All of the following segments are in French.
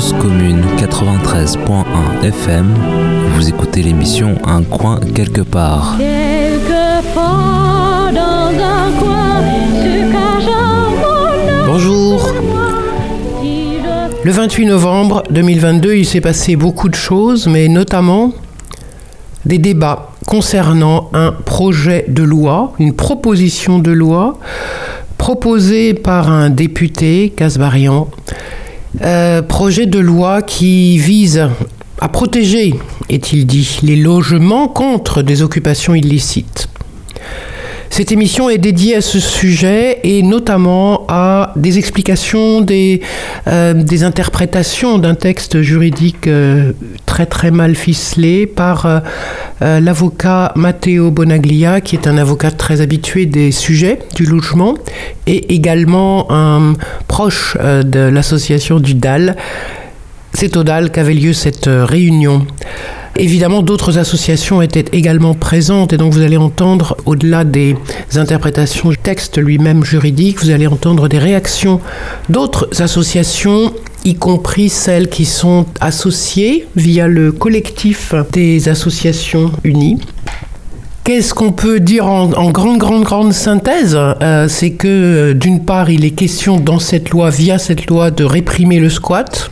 Cause Commune 93.1 FM. Vous écoutez l'émission Un coin quelque part. Quelque part dans un coin se cache un Bonjour. Le 28 novembre 2022, il s'est passé beaucoup de choses, mais notamment des débats concernant un projet de loi, une proposition de loi proposée par un député, Kasbarian, projet de loi qui vise à protéger, est-il dit, les logements contre des occupations illicites. Cette émission est dédiée à ce sujet et notamment à des explications, des interprétations d'un texte juridique très très mal ficelé par l'avocat Matteo Bonaglia, qui est un avocat très habitué des sujets du logement et également un proche de l'association du DAL. C'est au DAL qu'avait lieu cette réunion. Évidemment, d'autres associations étaient également présentes et donc vous allez entendre, au-delà des interprétations du texte lui-même juridique, vous allez entendre des réactions d'autres associations, y compris celles qui sont associées via le collectif des associations unies. Qu'est-ce qu'on peut dire en grande synthèse ? C'est que d'une part, il est question dans cette loi, via cette loi, de réprimer le squat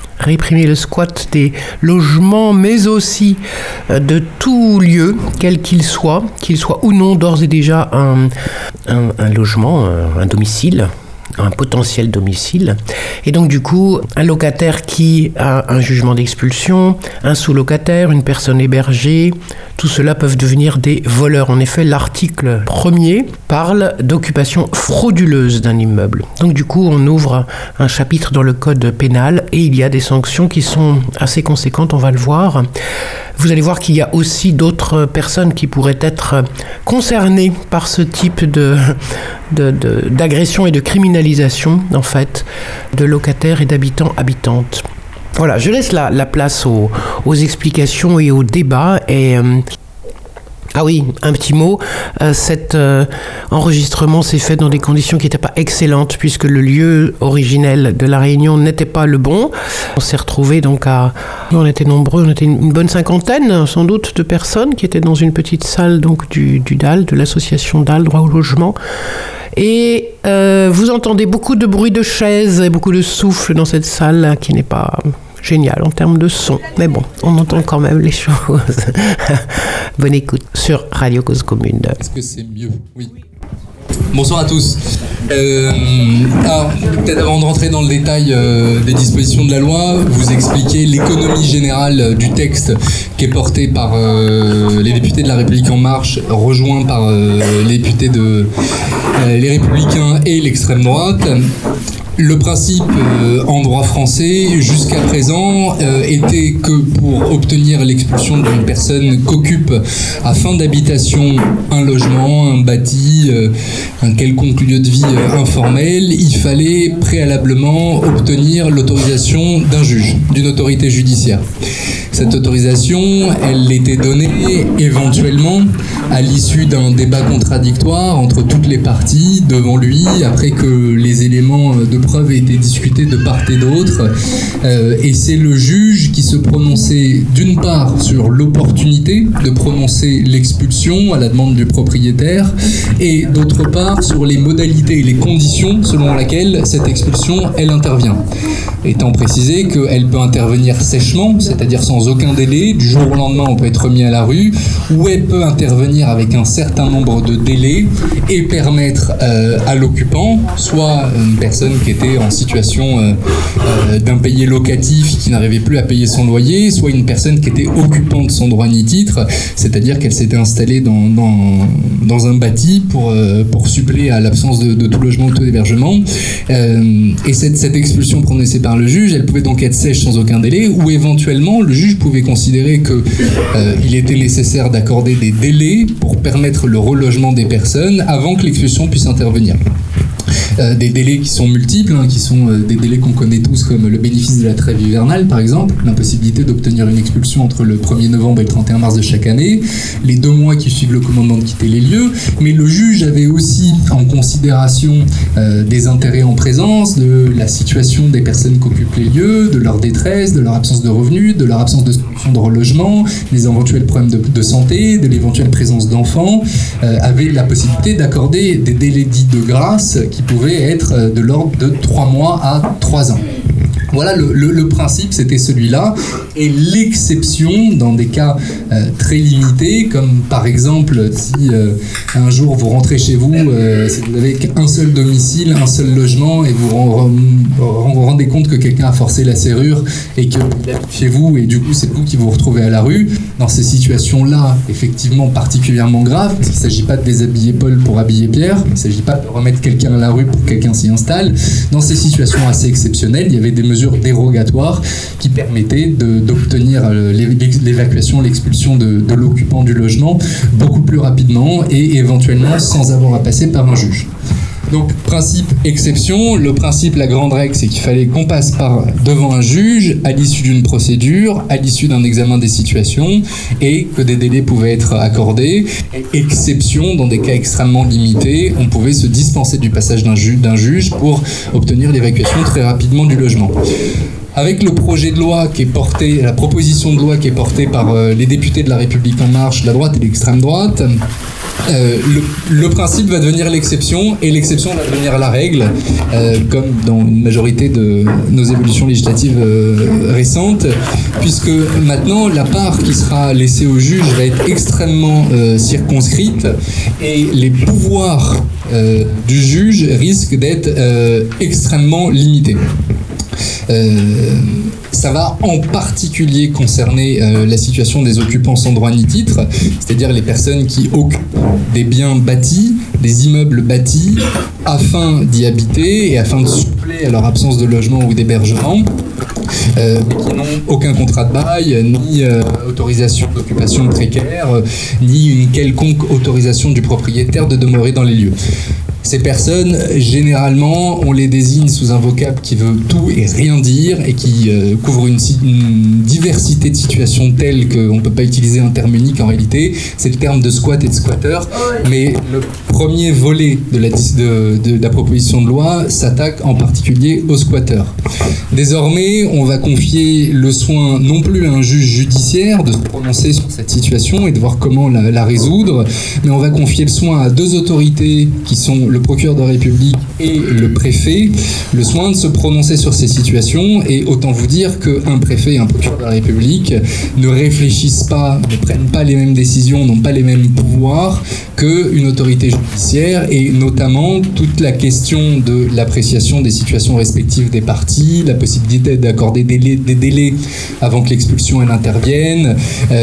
des logements, mais aussi de tout lieu, quel qu'il soit ou non d'ores et déjà un logement, un domicile, un potentiel domicile. Et donc du coup, un locataire qui a un jugement d'expulsion, un sous-locataire, une personne hébergée, tout cela peuvent devenir des voleurs. En effet, l'article 1er parle d'occupation frauduleuse d'un immeuble. Donc du coup, on ouvre un chapitre dans le code pénal et il y a des sanctions qui sont assez conséquentes, on va le voir. Vous allez voir qu'il y a aussi d'autres personnes qui pourraient être concernées par ce type d'agression et de criminalisation, en fait, de locataires et d'habitants-habitantes. Voilà, je laisse la place aux explications et aux débats. Et ah oui, un petit mot. Cet enregistrement s'est fait dans des conditions qui n'étaient pas excellentes puisque le lieu originel de la réunion n'était pas le bon. On s'est retrouvés donc on était nombreux, on était une bonne cinquantaine sans doute de personnes qui étaient dans une petite salle donc du DAL, de l'association DAL, droit au logement. Et vous entendez beaucoup de bruit de chaises et beaucoup de souffle dans cette salle qui n'est pas génial en termes de son. Mais bon, on entend quand même les choses. Bonne écoute sur Radio Cause Commune. Est-ce que c'est mieux ? Oui. Bonsoir à tous. Alors, peut-être avant de rentrer dans le détail des dispositions de la loi, vous expliquer l'économie générale du texte qui est porté par les députés de La République En Marche, rejoints par les députés les Républicains et l'extrême droite. Le principe en droit français, jusqu'à présent, était que pour obtenir l'expulsion d'une personne qu'occupe à fin d'habitation un logement, un bâti, un quelconque lieu de vie informel, il fallait préalablement obtenir l'autorisation d'un juge, d'une autorité judiciaire. Cette autorisation, elle était donnée éventuellement à l'issue d'un débat contradictoire entre toutes les parties devant lui, après que les éléments de preuve aient été discutés de part et d'autre. Et c'est le juge qui se prononçait d'une part sur l'opportunité de prononcer l'expulsion à la demande du propriétaire et d'autre part sur les modalités et les conditions selon lesquelles cette expulsion, elle intervient. Étant précisé qu'elle peut intervenir sèchement, c'est-à-dire sans aucun délai, du jour au lendemain on peut être remis à la rue, ou elle peut intervenir avec un certain nombre de délais et permettre à l'occupant, soit une personne qui était en situation d'impayé locatif, qui n'arrivait plus à payer son loyer, soit une personne qui était occupante sans droit ni titre, c'est-à-dire qu'elle s'était installée dans un bâti pour suppléer à l'absence de tout logement ou tout hébergement. Et cette expulsion prononcée par le juge, elle pouvait donc être sèche sans aucun délai, ou éventuellement le juge pouvait considérer qu'il était nécessaire d'accorder des délais pour permettre le relogement des personnes avant que l'expulsion puisse intervenir. Des délais qui sont multiples, qui sont des délais qu'on connaît tous comme le bénéfice de la trêve hivernale par exemple, l'impossibilité d'obtenir une expulsion entre le 1er novembre et le 31 mars de chaque année, les 2 mois qui suivent le commandement de quitter les lieux, mais le juge avait aussi en considération des intérêts en présence, de la situation des personnes qui occupent les lieux, de leur détresse, de leur absence de revenus, de leur absence de solution de relogement, des éventuels problèmes de santé, de l'éventuelle présence d'enfants, avait la possibilité d'accorder des délais dits de grâce qui pouvaient être de l'ordre de 3 mois à 3 ans. Voilà, le principe, c'était celui-là. Et l'exception, dans des cas très limités, comme par exemple, si un jour vous rentrez chez vous, si vous n'avez qu'un seul domicile, un seul logement, et vous vous rendez compte que quelqu'un a forcé la serrure et qu'il habite chez vous, et du coup, c'est vous qui vous retrouvez à la rue, dans ces situations-là, effectivement particulièrement graves, parce qu'il ne s'agit pas de déshabiller Paul pour habiller Pierre, il ne s'agit pas de remettre quelqu'un à la rue pour que quelqu'un s'y installe. Dans ces situations assez exceptionnelles, il y avait des mesures dérogatoires qui permettaient d'obtenir l'évacuation, l'expulsion de l'occupant du logement beaucoup plus rapidement et éventuellement sans avoir à passer par un juge. Donc, principe exception, le principe, la grande règle, c'est qu'il fallait qu'on passe devant un juge à l'issue d'une procédure, à l'issue d'un examen des situations, et que des délais pouvaient être accordés. Et exception, dans des cas extrêmement limités, on pouvait se dispenser du passage d'un juge pour obtenir l'évacuation très rapidement du logement. Avec le projet de loi qui est porté, la proposition de loi qui est portée par les députés de La République En Marche, la droite et l'extrême droite, le principe va devenir l'exception et l'exception va devenir la règle, comme dans une majorité de nos évolutions législatives récentes, puisque maintenant la part qui sera laissée au juge va être extrêmement circonscrite et les pouvoirs du juge risquent d'être extrêmement limités. Ça va en particulier concerner la situation des occupants sans droit ni titre, c'est-à-dire les personnes qui occupent des biens bâtis, des immeubles bâtis, afin d'y habiter et afin de suppléer à leur absence de logement ou d'hébergement, mais qui n'ont aucun contrat de bail, ni autorisation d'occupation précaire, ni une quelconque autorisation du propriétaire de demeurer dans les lieux. Ces personnes, généralement, on les désigne sous un vocable qui veut tout et rien dire et qui couvre une diversité de situations telles qu'on ne peut pas utiliser un terme unique en réalité. C'est le terme de squat et de squatter. Mais le premier volet de la proposition de loi s'attaque en particulier aux squatteurs. Désormais, on va confier le soin non plus à un juge judiciaire de se prononcer sur cette situation et de voir comment la résoudre, mais on va confier le soin à 2 autorités qui sont le procureur de la République et le préfet, le soin de se prononcer sur ces situations. Et autant vous dire qu'un préfet et un procureur de la République ne réfléchissent pas, ne prennent pas les mêmes décisions, n'ont pas les mêmes pouvoirs qu'une autorité judiciaire, et notamment toute la question de l'appréciation des situations respectives des parties, la possibilité d'accorder des délais avant que l'expulsion elle intervienne,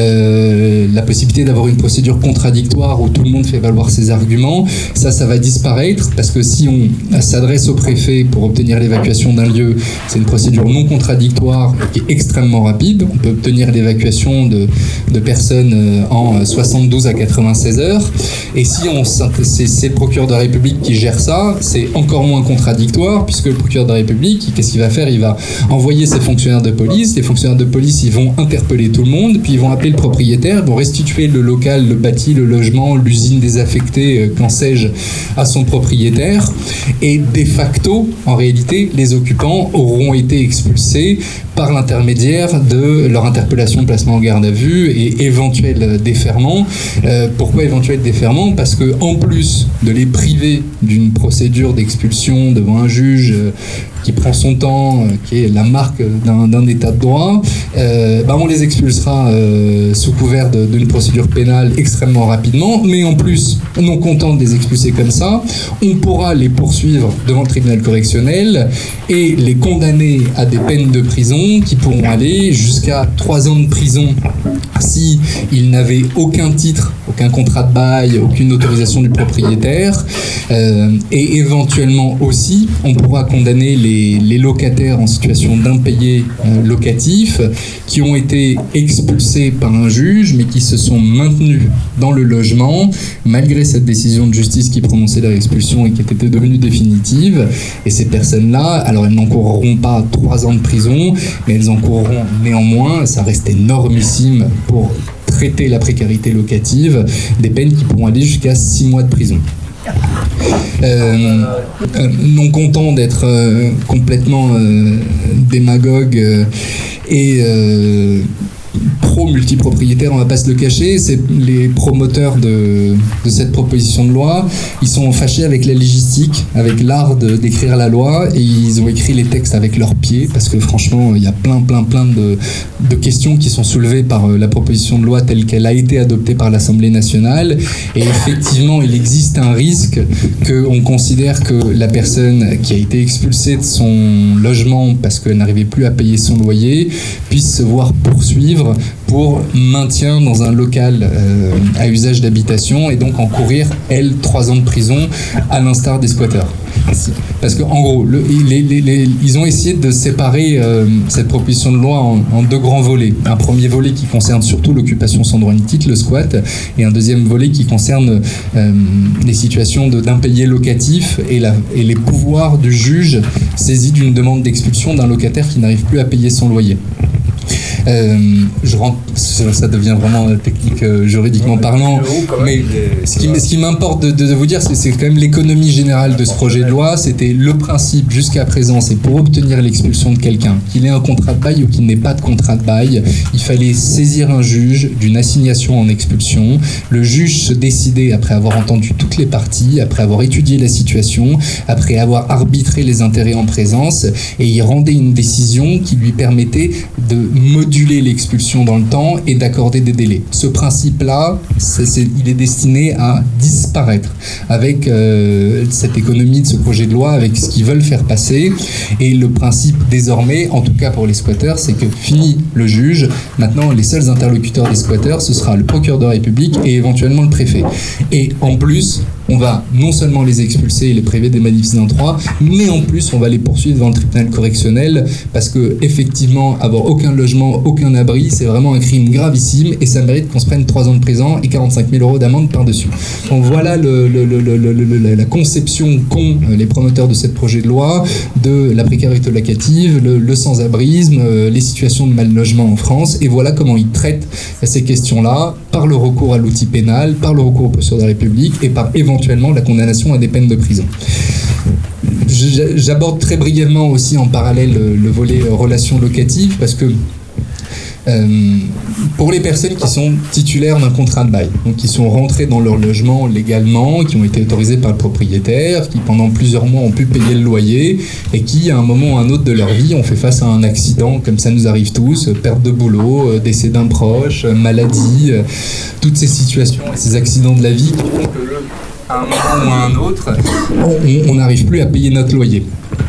la possibilité d'avoir une procédure contradictoire où tout le monde fait valoir ses arguments. Ça va disparaître, parce que si on s'adresse au préfet pour obtenir l'évacuation d'un lieu, c'est une procédure non contradictoire qui est extrêmement rapide. On peut obtenir l'évacuation de personnes en 72 à 96 heures. Et si c'est le procureur de la République qui gère ça, c'est encore moins contradictoire, puisque le procureur de la République, qu'est-ce qu'il va faire ? Il va envoyer ses fonctionnaires de police. Les fonctionnaires de police, ils vont interpeller tout le monde, puis ils vont appeler le propriétaire, ils vont restituer le local, le bâti, le logement, l'usine désaffectée, qu'en sais-je, à son propriétaire, et de facto, en réalité, les occupants auront été expulsés par l'intermédiaire de leur interpellation, placement en garde à vue et éventuel déferment. Pourquoi éventuel déferment ? Parce que en plus de les priver d'une procédure d'expulsion devant un juge qui prend son temps, qui est la marque d'un état de droit, on les expulsera sous couvert d'une procédure pénale extrêmement rapidement, mais en plus, non content de les expulser comme ça, on pourra les poursuivre devant le tribunal correctionnel et les condamner à des peines de prison qui pourront aller jusqu'à 3 ans de prison si ils n'avaient aucun titre, aucun contrat de bail, aucune autorisation du propriétaire, et éventuellement aussi on pourra condamner les locataires en situation d'impayé locatif qui ont été expulsés par un juge mais qui se sont maintenus dans le logement malgré cette décision de justice qui prononçait leur expulsion d'expulsion et qui étaient devenues définitives. Et ces personnes-là, alors elles n'encourront pas 3 ans de prison, mais elles encourront néanmoins, ça reste énormissime pour traiter la précarité locative, des peines qui pourront aller jusqu'à 6 mois de prison. Non content d'être complètement démagogue et pro-multipropriétaire, on va pas se le cacher, c'est les promoteurs de cette proposition de loi, ils sont fâchés avec la légistique, avec l'art d'écrire la loi, et ils ont écrit les textes avec leurs pieds, parce que franchement, il y a plein de questions qui sont soulevées par la proposition de loi telle qu'elle a été adoptée par l'Assemblée nationale, et effectivement, il existe un risque qu'on considère que la personne qui a été expulsée de son logement parce qu'elle n'arrivait plus à payer son loyer puisse se voir poursuivre pour maintien dans un local à usage d'habitation et donc encourir, 3 ans de prison à l'instar des squatteurs. Parce qu'en gros, ils ont essayé de séparer cette proposition de loi en 2 grands volets. Un premier volet qui concerne surtout l'occupation sans droit ni titre, le squat, et un deuxième volet qui concerne les situations d'impayés locatifs et les pouvoirs du juge saisi d'une demande d'expulsion d'un locataire qui n'arrive plus à payer son loyer. Ça devient vraiment technique juridiquement parlant, mais ce qui m'importe de vous dire, c'est quand même l'économie générale de ce projet de loi. C'était le principe jusqu'à présent, c'est pour obtenir l'expulsion de quelqu'un, qu'il ait un contrat de bail ou qu'il n'ait pas de contrat de bail, il fallait saisir un juge d'une assignation en expulsion. Le juge se décidait après avoir entendu toutes les parties, après avoir étudié la situation, après avoir arbitré les intérêts en présence, et il rendait une décision qui lui permettait de moduler l'expulsion dans le temps et d'accorder des délais. Ce principe-là, il est destiné à disparaître avec cette économie de ce projet de loi, avec ce qu'ils veulent faire passer. Et le principe désormais, en tout cas pour les squatteurs, c'est que fini le juge. Maintenant, les seuls interlocuteurs des squatteurs, ce sera le procureur de la République et éventuellement le préfet. Et en plus, on va non seulement les expulser et les priver des bénéfices droit, mais en plus, on va les poursuivre devant le tribunal correctionnel parce que, effectivement, avoir aucun logement, aucun abri, c'est vraiment un crime gravissime et ça mérite qu'on se prenne 3 ans de prison et 45 000 € d'amende par-dessus. Donc voilà la conception qu'ont les promoteurs de ce projet de loi de la précarité locative, le sans-abrisme, les situations de mal-logement en France, et voilà comment ils traitent ces questions-là par le recours à l'outil pénal, par le recours au procureur de la République et par éventuellement la condamnation à des peines de prison. J'aborde très brièvement aussi en parallèle le volet relations locatives parce que pour les personnes qui sont titulaires d'un contrat de bail, donc qui sont rentrées dans leur logement légalement, qui ont été autorisées par le propriétaire, qui pendant plusieurs mois ont pu payer le loyer et qui à un moment ou à un autre de leur vie ont fait face à un accident, comme ça nous arrive tous, perte de boulot, décès d'un proche, maladie, toutes ces situations, ces accidents de la vie qui font que à un moment ou à un autre, on n'arrive plus à payer notre loyer.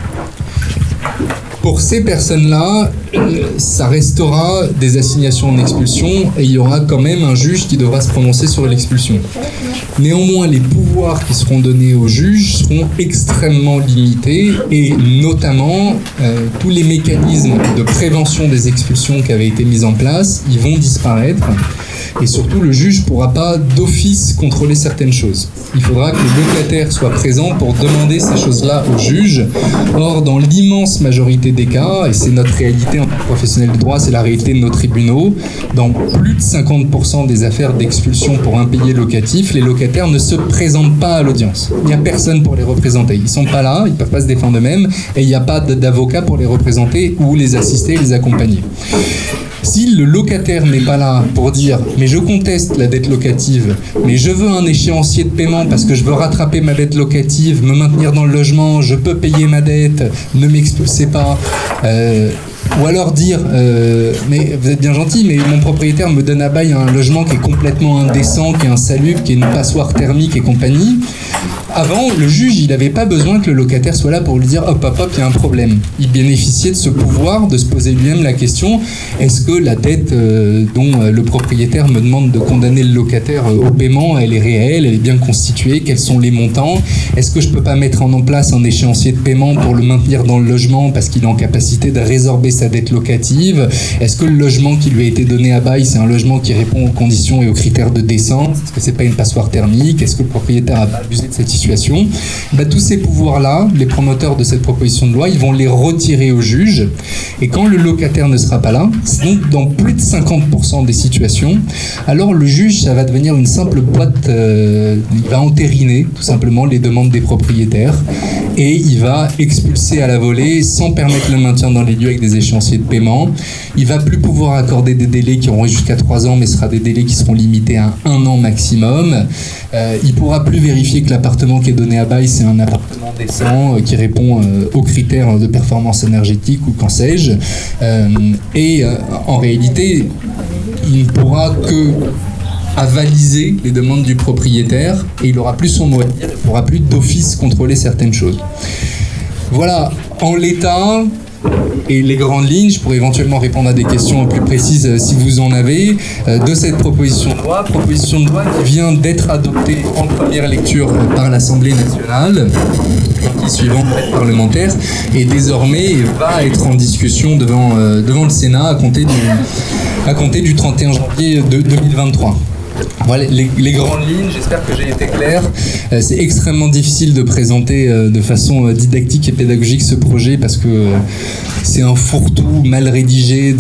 Pour ces personnes-là, ça restera des assignations en expulsion et il y aura quand même un juge qui devra se prononcer sur l'expulsion. Néanmoins, les pouvoirs qui seront donnés aux juges seront extrêmement limités et notamment tous les mécanismes de prévention des expulsions qui avaient été mis en place, ils vont disparaître. Et surtout, le juge ne pourra pas d'office contrôler certaines choses. Il faudra que le locataire soit présent pour demander ces choses-là au juge. Or, dans l'immense majorité des cas, et c'est notre réalité en tant que professionnel de droit, c'est la réalité de nos tribunaux, dans plus de 50% des affaires d'expulsion pour impayés locatifs, les locataires ne se présentent pas à l'audience. Il n'y a personne pour les représenter. Ils ne sont pas là, ils ne peuvent pas se défendre eux-mêmes, et il n'y a pas d'avocat pour les représenter ou les assister et les accompagner. Si le locataire n'est pas là pour dire « mais je conteste la dette locative, mais je veux un échéancier de paiement parce que je veux rattraper ma dette locative, me maintenir dans le logement, je peux payer ma dette, ne m'expulsez pas », ou alors dire mais vous êtes bien gentil, mais mon propriétaire me donne à bail un logement qui est complètement indécent, qui est insalubre, qui est une passoire thermique et compagnie. Avant, le juge, il n'avait pas besoin que le locataire soit là pour lui dire hop, hop, hop, il y a un problème. Il bénéficiait de ce pouvoir de se poser lui-même la question, est-ce que la dette dont le propriétaire me demande de condamner le locataire au paiement, elle est réelle, elle est bien constituée, quels sont les montants, est-ce que je ne peux pas mettre en place un échéancier de paiement pour le maintenir dans le logement parce qu'il est en capacité de résorber sa dette locative, est-ce que le logement qui lui a été donné à bail, c'est un logement qui répond aux conditions et aux critères de décence, est-ce que c'est pas une passoire thermique, est-ce que le propriétaire a abusé de cette situation, tous ces pouvoirs-là, les promoteurs de cette proposition de loi, ils vont les retirer au juge. Et quand le locataire ne sera pas là, c'est donc dans plus de 50% des situations, alors le juge, ça va devenir une simple boîte, il va entériner tout simplement les demandes des propriétaires et il va expulser à la volée sans permettre le maintien dans les lieux avec des échéanciers de paiement. Il va plus pouvoir accorder des délais qui auront jusqu'à 3 ans, mais ce sera des délais qui seront limités à 1 an maximum. Il pourra plus vérifier que l'appartement qui est donné à bail, c'est un appartement décent qui répond aux critères de performance énergétique ou qu'en sais-je. En réalité, il ne pourra que avaliser les demandes du propriétaire et il n'aura plus son mot à dire, il ne pourra plus d'office contrôler certaines choses. Voilà, en l'état et les grandes lignes, je pourrais éventuellement répondre à des questions plus précises si vous en avez, de cette proposition de loi qui vient d'être adoptée en première lecture par l'Assemblée nationale, qui suivant le parlementaire, et désormais va être en discussion devant le Sénat à compter du 31 janvier 2023. Voilà les grandes lignes, j'espère que j'ai été clair. C'est extrêmement difficile de présenter de façon didactique et pédagogique ce projet parce que c'est un fourre-tout mal rédigé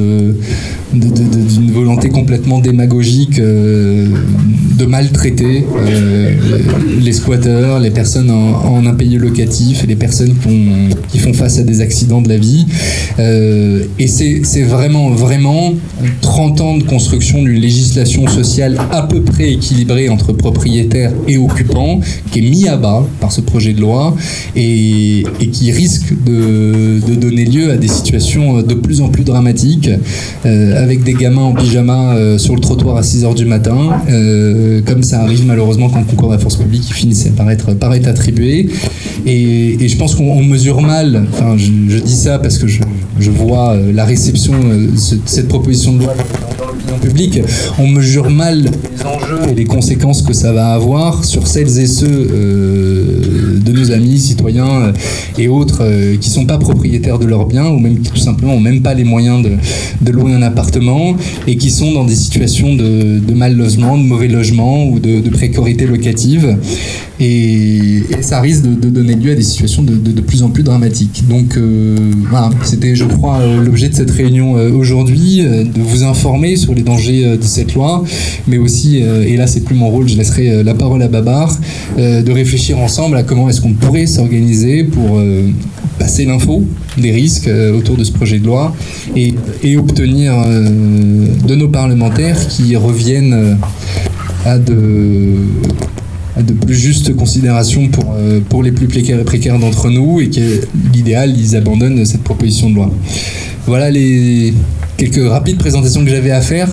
d'une volonté complètement démagogique de maltraiter les squatteurs, les personnes en impayés locatifs et les personnes qui font face à des accidents de la vie. Et c'est vraiment 30 ans de construction d'une législation sociale à peu près équilibrée entre propriétaires et occupants, qui est mis à bas par ce projet de loi et qui risque de donner lieu à des situations de plus en plus dramatiques, avec des gamins en pyjama sur le trottoir à 6h du matin, comme ça arrive malheureusement quand le concours de la force publique finissait par être attribué. Et je pense qu'on mesure mal, enfin je dis ça parce que je vois la réception de cette proposition de loi dans l'opinion publique, on mesure mal les enjeux et les conséquences que ça va avoir sur celles et ceux de nos amis, citoyens et autres qui ne sont pas propriétaires de leurs biens ou même qui tout simplement n'ont même pas les moyens de louer un appartement et qui sont dans des situations de mal logement, de mauvais logement ou de précarité locative. Et ça risque de donner lieu à des situations de plus en plus dramatiques. Donc voilà, c'était je crois l'objet de cette réunion aujourd'hui, de vous informer sur les dangers de cette loi, mais aussi, et là c'est plus mon rôle, je laisserai la parole à Babar, de réfléchir ensemble à comment est-ce qu'on pourrait s'organiser pour passer l'info des risques autour de ce projet de loi et obtenir de nos parlementaires qui reviennent à de plus justes considérations pour les plus précaires d'entre nous et que l'idéal, ils abandonnent cette proposition de loi. Voilà les quelques rapides présentations que j'avais à faire.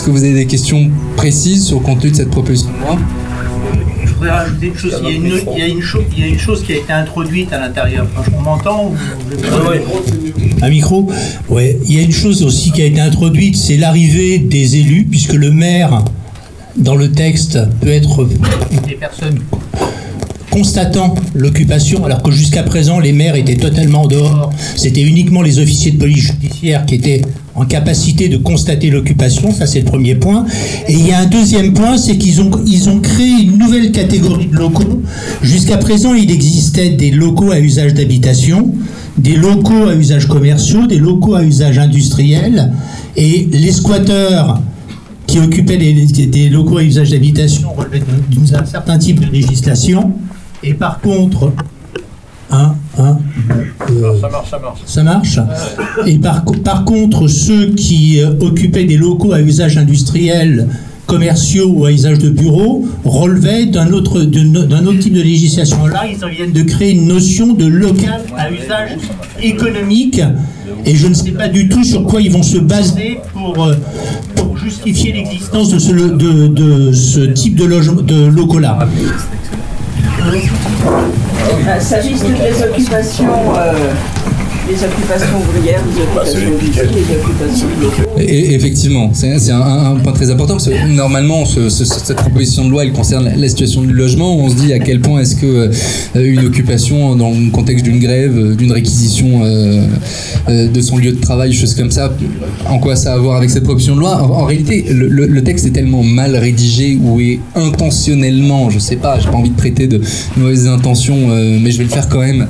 que vous avez des questions précises sur le contenu de cette proposition de loi ? Je voudrais rajouter une chose. Il y a une chose qui a été introduite à l'intérieur. On m'entend ou... Un micro ? Ouais. Il y a une chose aussi qui a été introduite, c'est l'arrivée des élus, puisque le maire, dans le texte, peut être des personnes constatant l'occupation, alors que jusqu'à présent, les maires étaient totalement en dehors. C'était uniquement les officiers de police judiciaire qui étaient en capacité de constater l'occupation. Ça, c'est le premier point. Et il y a un deuxième point, c'est qu'ils ont créé une nouvelle catégorie de locaux. Jusqu'à présent, il existait des locaux à usage d'habitation, des locaux à usage commerciaux, des locaux à usage industriel, et les squatteurs qui occupaient des locaux à usage d'habitation relevaient d'un certain type de législation. Et par contre, ça marche. Et par contre, ceux qui occupaient des locaux à usage industriel, commerciaux ou à usage de bureaux relevaient d'un autre type de législation. Là, ils viennent de créer une notion de local à usage économique, et je ne sais pas du tout sur quoi ils vont se baser pour justifier l'existence de ce type de locaux-là. S'agisse des occupations ouvrières, des occupations d'usine, des occupations locaux. Et effectivement, c'est un point très important, parce que normalement, cette proposition de loi, elle concerne la situation du logement. On se dit à quel point est-ce que une occupation dans le contexte d'une grève, d'une réquisition de son lieu de travail, choses comme ça, en quoi ça a à voir avec cette proposition de loi. En réalité, le texte est tellement mal rédigé ou est intentionnellement, je sais pas, j'ai pas envie de prêter de mauvaises intentions, mais je vais le faire quand même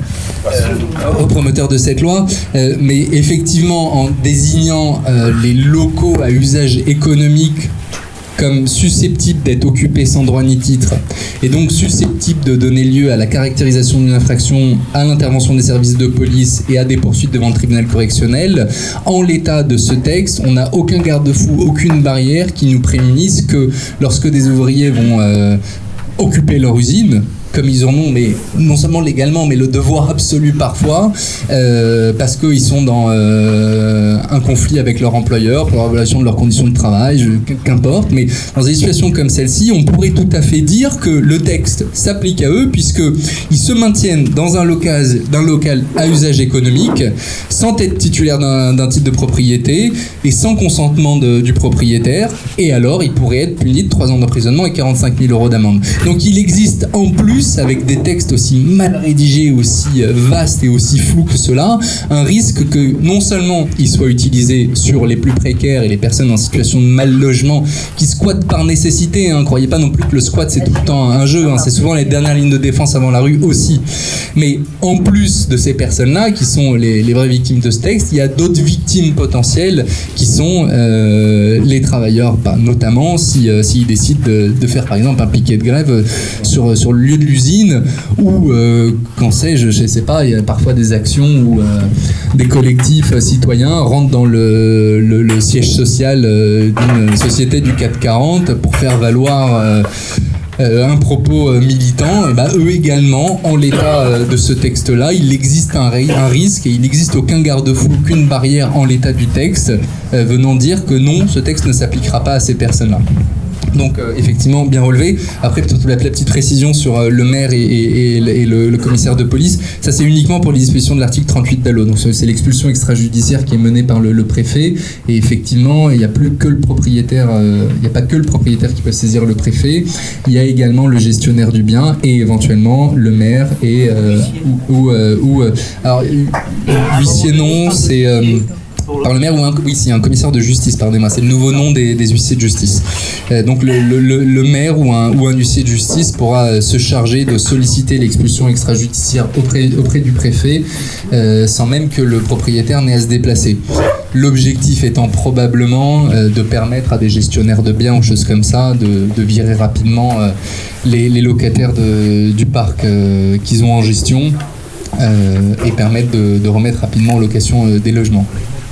aux promoteurs de cette loi, mais effectivement, en désignant les locaux à usage économique comme susceptibles d'être occupés sans droit ni titre, et donc susceptibles de donner lieu à la caractérisation d'une infraction, à l'intervention des services de police et à des poursuites devant le tribunal correctionnel, en l'état de ce texte, on n'a aucun garde-fou, aucune barrière qui nous prémunisse que lorsque des ouvriers vont occuper leur usine, comme ils en ont, mais non seulement légalement, mais le devoir absolu parfois, parce qu'ils sont dans un conflit avec leur employeur pour la violation de leurs conditions de travail, qu'importe, mais dans des situations comme celle-ci, on pourrait tout à fait dire que le texte s'applique à eux, puisqu'ils se maintiennent dans un local à usage économique, sans être titulaires d'un titre de propriété, et sans consentement du propriétaire, et alors ils pourraient être punis de 3 ans d'emprisonnement et 45 000 € d'amende. Donc il existe en plus, avec des textes aussi mal rédigés, aussi vastes et aussi flous que cela, un risque que non seulement ils soient utilisés sur les plus précaires et les personnes en situation de mal logement qui squattent par nécessité, croyez pas non plus que le squat c'est tout le temps un jeu, c'est souvent les dernières lignes de défense avant la rue aussi, mais en plus de ces personnes-là qui sont les vraies victimes de ce texte, il y a d'autres victimes potentielles qui sont les travailleurs, notamment s'ils décident de faire par exemple un piquet de grève sur le lieu de l'usine, ou qu'en sais-je, je sais pas, il y a parfois des actions où des collectifs citoyens rentrent dans le siège social d'une société du CAC 40 pour faire valoir un propos militant. Et eux également, en l'état de ce texte-là, il existe un risque, et il n'existe aucun garde-fou, aucune barrière en l'état du texte venant dire que non, ce texte ne s'appliquera pas à ces personnes-là. Donc effectivement, bien relevé. Après, peut-être la petite précision sur le maire et le commissaire de police, ça c'est uniquement pour les dispositions de l'article 38 d'ALO. Donc c'est l'expulsion extrajudiciaire qui est menée par le préfet, et effectivement, il n'y a plus que le propriétaire, il n'y a pas que le propriétaire qui peut saisir le préfet, il y a également le gestionnaire du bien et éventuellement le maire et alors l'huissier non, c'est par le maire ou un commissaire de justice, pardonnez-moi, c'est le nouveau nom des huissiers de justice. Donc le maire ou un huissier de justice pourra se charger de solliciter l'expulsion extrajudiciaire auprès du préfet sans même que le propriétaire n'ait à se déplacer. L'objectif étant probablement de permettre à des gestionnaires de biens ou choses comme ça de virer rapidement les locataires du parc qu'ils ont en gestion et permettre de remettre rapidement en location des logements.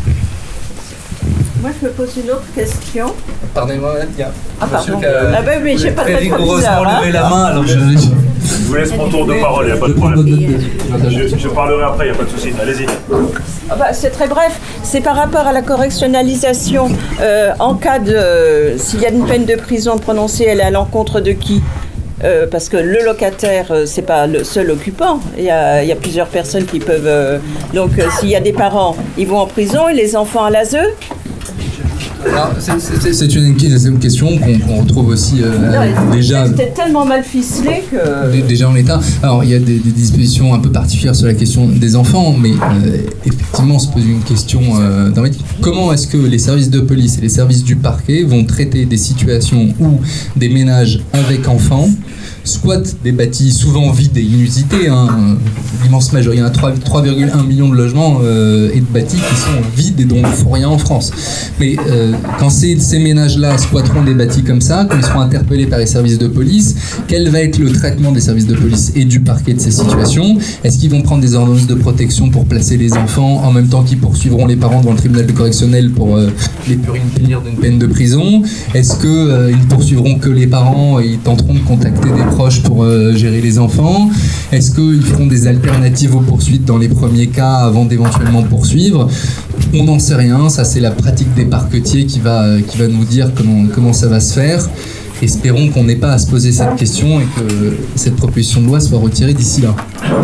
Moi, je me pose une autre question. Pardonnez-moi, il y a pardon. Mais j'ai pas très rigoureusement levé la main, alors Je vous laisse mon tour de parole, il n'y a pas de problème. Je parlerai après, il n'y a pas de souci. Allez-y. C'est très bref. C'est par rapport à la correctionnalisation. En cas de... S'il y a une peine de prison prononcée, elle est à l'encontre de qui ? Parce que le locataire, c'est pas le seul occupant. Il y a plusieurs personnes qui peuvent... donc, s'il y a des parents, ils vont en prison et les enfants à l'ASE. Alors, c'est une question qu'on retrouve aussi déjà. C'était tellement mal ficelé que. Déjà en l'état. Alors, il y a des dispositions un peu particulières sur la question des enfants, mais effectivement, on se pose une question comment est-ce que les services de police et les services du parquet vont traiter des situations où des ménages avec enfants squattent des bâtis souvent vides et inusités. L'immense majorité, il y a 3,1 millions de logements et de bâtis qui sont vides et dont il ne faut rien en France. Mais quand ces ménages-là squatteront des bâtis comme ça, quand ils seront interpellés par les services de police, quel va être le traitement des services de police et du parquet de ces situations ? Est-ce qu'ils vont prendre des ordonnances de protection pour placer les enfants en même temps qu'ils poursuivront les parents devant le tribunal correctionnel pour les punir d'une peine de prison ? Est-ce qu'ils ne poursuivront que les parents et ils tenteront de contacter des proches pour gérer les enfants ? Est-ce qu'ils feront des alternatives aux poursuites dans les premiers cas avant d'éventuellement poursuivre ? On n'en sait rien, ça c'est la pratique des parquetiers qui va nous dire comment ça va se faire. Espérons qu'on n'ait pas à se poser cette question et que cette proposition de loi soit retirée d'ici là.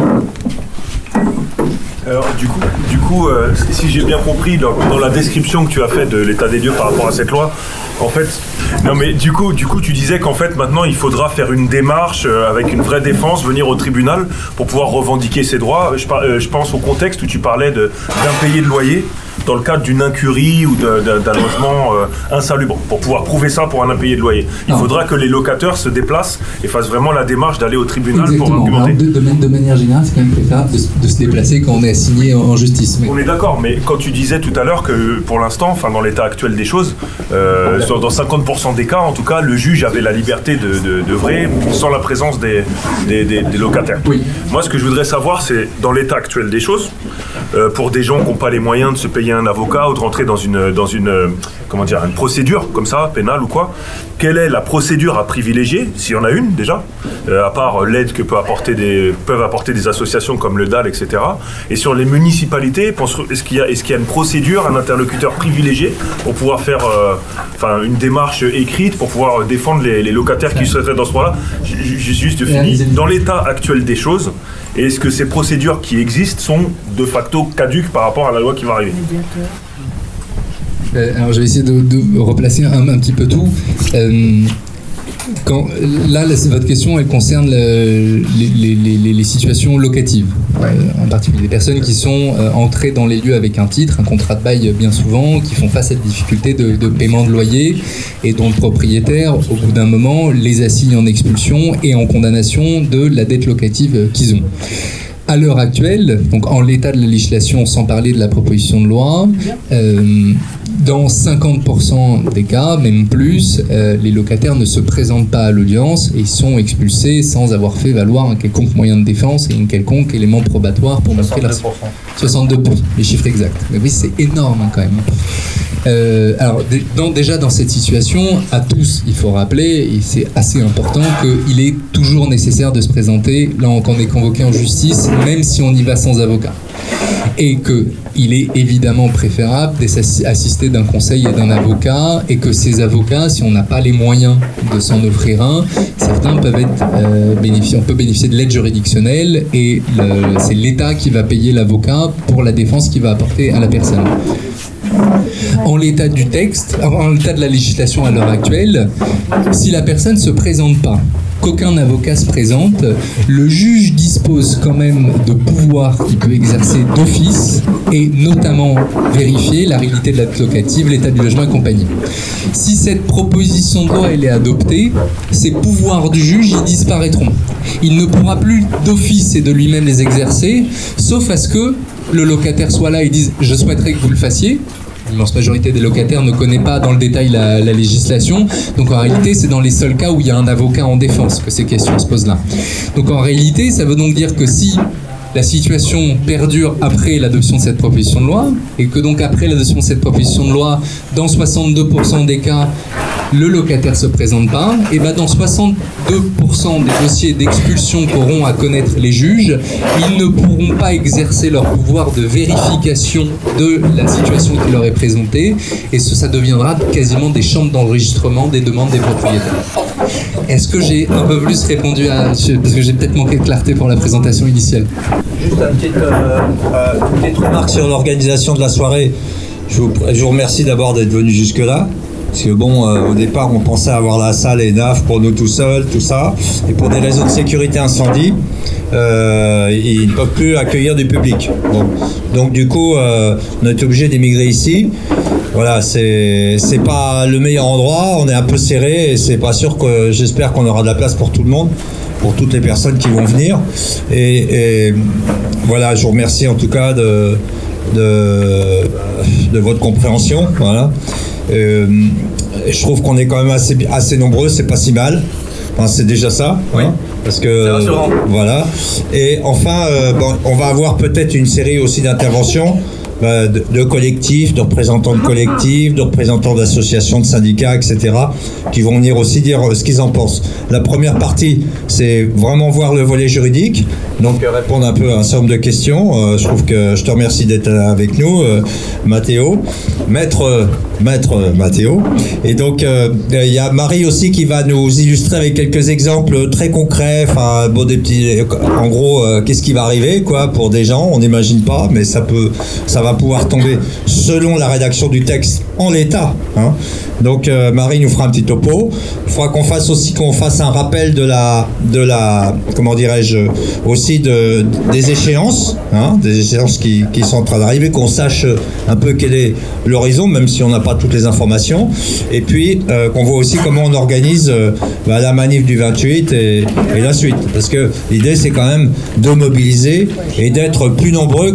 Alors, du coup, si j'ai bien compris, dans la description que tu as faite de l'état des lieux par rapport à cette loi, en fait, non mais du coup, tu disais qu'en fait, maintenant, il faudra faire une démarche avec une vraie défense, venir au tribunal pour pouvoir revendiquer ses droits. Je pense au contexte où tu parlais d'impayé de loyer dans le cadre d'une incurie ou d'un logement insalubre. Pour pouvoir prouver ça pour un impayé de loyer, il faudra que les locataires se déplacent et fassent vraiment la démarche d'aller au tribunal. Exactement. Pour argumenter. Alors, de manière générale, c'est quand même préférable de se déplacer quand on est assigné en justice. On est d'accord, mais quand tu disais tout à l'heure que pour l'instant, dans l'état actuel des choses, dans 50% des cas, en tout cas, le juge avait la liberté d'œuvrer sans la présence des locataires. Oui. Moi, ce que je voudrais savoir, c'est dans l'état actuel des choses, pour des gens qui n'ont pas les moyens de se payer un avocat ou de rentrer dans une procédure comme ça, pénale ou quoi, quelle est la procédure à privilégier, s'il y en a une déjà, à part l'aide que peuvent apporter des associations comme le DAL, etc. Et sur les municipalités, est-ce qu'il y a une procédure, un interlocuteur privilégié pour pouvoir faire une démarche écrite pour pouvoir défendre les locataires qui seraient dans ce point-là. Juste fini. Dans l'état actuel des choses, est-ce que ces procédures qui existent sont de facto caduques par rapport à la loi qui va arriver ? Alors je vais essayer de replacer un petit peu tout. Là, votre question, elle concerne les situations locatives, en particulier des personnes qui sont entrées dans les lieux avec un titre, un contrat de bail bien souvent, qui font face à des difficultés de paiement de loyer et dont le propriétaire, au bout d'un moment, les assigne en expulsion et en condamnation de la dette locative qu'ils ont. À l'heure actuelle, donc en l'état de la législation, sans parler de la proposition de loi, dans 50% des cas, même plus, les locataires ne se présentent pas à l'audience et sont expulsés sans avoir fait valoir un quelconque moyen de défense et un quelconque élément probatoire pour montrer leur... 62%, les chiffres exacts. Mais oui, c'est énorme quand même. Alors, déjà dans cette situation, à tous, il faut rappeler, et c'est assez important, qu'il est toujours nécessaire de se présenter là quand on est convoqué en justice, même si on y va sans avocat. Et qu'il est évidemment préférable d'assister d'un conseil et d'un avocat, et que ces avocats, si on n'a pas les moyens de s'en offrir un, certains peuvent être on peut bénéficier de l'aide juridictionnelle, et c'est l'État qui va payer l'avocat pour la défense qu'il va apporter à la personne. En l'état du texte, en l'état de la législation à l'heure actuelle, si la personne ne se présente pas, qu'aucun avocat se présente, le juge dispose quand même de pouvoirs qu'il peut exercer d'office et notamment vérifier la réalité de la dette locative, l'état du logement et compagnie. Si cette proposition de loi elle est adoptée, ces pouvoirs du juge y disparaîtront. Il ne pourra plus d'office et de lui-même les exercer, sauf à ce que le locataire soit là et dise « je souhaiterais que vous le fassiez ». L'immense majorité des locataires ne connaît pas dans le détail la législation. Donc en réalité, c'est dans les seuls cas où il y a un avocat en défense que ces questions se posent là. Donc en réalité, ça veut donc dire que si la situation perdure après l'adoption de cette proposition de loi, et que donc après l'adoption de cette proposition de loi, dans 62% des cas, le locataire se présente pas, et ben dans 62% des dossiers d'expulsion qu'auront à connaître les juges, ils ne pourront pas exercer leur pouvoir de vérification de la situation qui leur est présentée, et ça deviendra quasiment des chambres d'enregistrement des demandes des propriétaires. Est-ce que j'ai un peu plus répondu parce que j'ai peut-être manqué de clarté pour la présentation initiale? Juste une petite remarque sur l'organisation de la soirée. Je vous remercie d'abord d'être venu jusque-là. Parce que bon, au départ, on pensait avoir la salle ENAF pour nous tout seuls, tout ça. Et pour des raisons de sécurité incendie, ils ne peuvent plus accueillir du public. Bon. Donc du coup, on est obligé d'émigrer ici. Voilà, c'est pas le meilleur endroit, on est un peu serré et c'est pas sûr que j'espère qu'on aura de la place pour tout le monde, pour toutes les personnes qui vont venir. Et voilà, je vous remercie en tout cas de votre compréhension. Voilà. Je trouve qu'on est quand même assez nombreux, c'est pas si mal. Enfin, c'est déjà ça, oui. Hein, parce que voilà. Et enfin, on va avoir peut-être une série aussi d'interventions de collectifs, de représentants de collectifs, de représentants d'associations, de syndicats, etc., qui vont venir aussi dire ce qu'ils en pensent. La première partie, c'est vraiment voir le volet juridique, donc répondre un peu à un certain nombre de questions. Je trouve que je te remercie d'être avec nous, Mathéo, maître Mathéo. Et donc, il y a Marie aussi qui va nous illustrer avec quelques exemples très concrets, enfin, bon, des petits, en gros, qu'est-ce qui va arriver, quoi, pour des gens, on n'imagine pas, mais ça va pouvoir tomber selon la rédaction du texte en l'état. Hein. Donc Marie nous fera un petit topo. Il faudra qu'on fasse un rappel de la comment dirais-je, aussi des échéances, hein, des échéances qui sont en train d'arriver, qu'on sache un peu quel est l'horizon, même si on n'a pas toutes les informations. Et puis qu'on voit aussi comment on organise la manif du 28 et la suite. Parce que l'idée, c'est quand même de mobiliser et d'être plus nombreux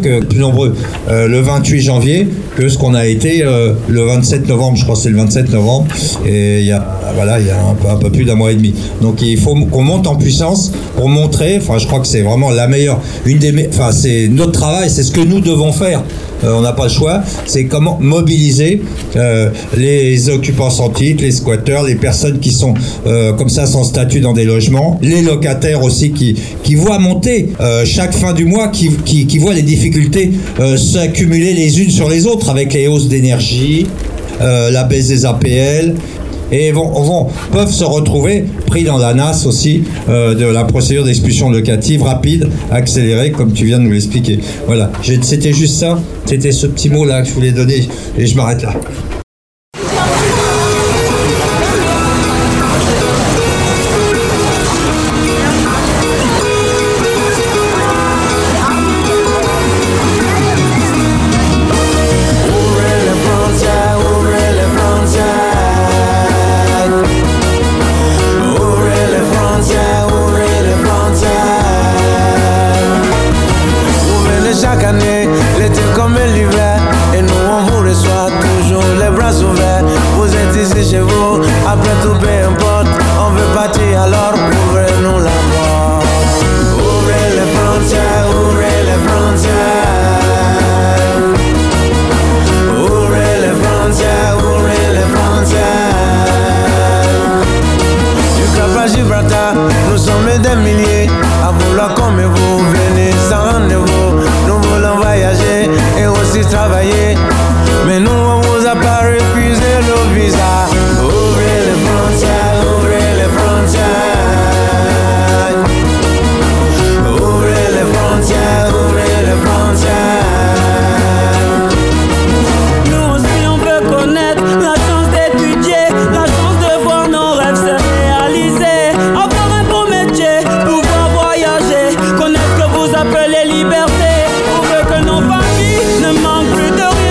le 28 janvier que ce qu'on a été le 27 novembre, je crois que c'est le 27 novembre, et il y a un peu plus d'un mois et demi. Donc il faut qu'on monte en puissance pour montrer, enfin je crois que c'est vraiment la meilleure, c'est notre travail, c'est ce que nous devons faire. On n'a pas le choix, c'est comment mobiliser les occupants sans titre, les squatteurs, les personnes qui sont comme ça sans statut dans des logements, les locataires aussi qui voient monter chaque fin du mois, qui voient les difficultés s'accumuler les unes sur les autres avec les hausses d'énergie, la baisse des APL. Et peuvent se retrouver pris dans la nasse aussi de la procédure d'expulsion locative rapide, accélérée, comme tu viens de nous l'expliquer. Voilà, c'était juste ça, c'était ce petit mot-là que je voulais donner, et je m'arrête là. Appelez liberté, pour que nos familles ne manquent plus de rien.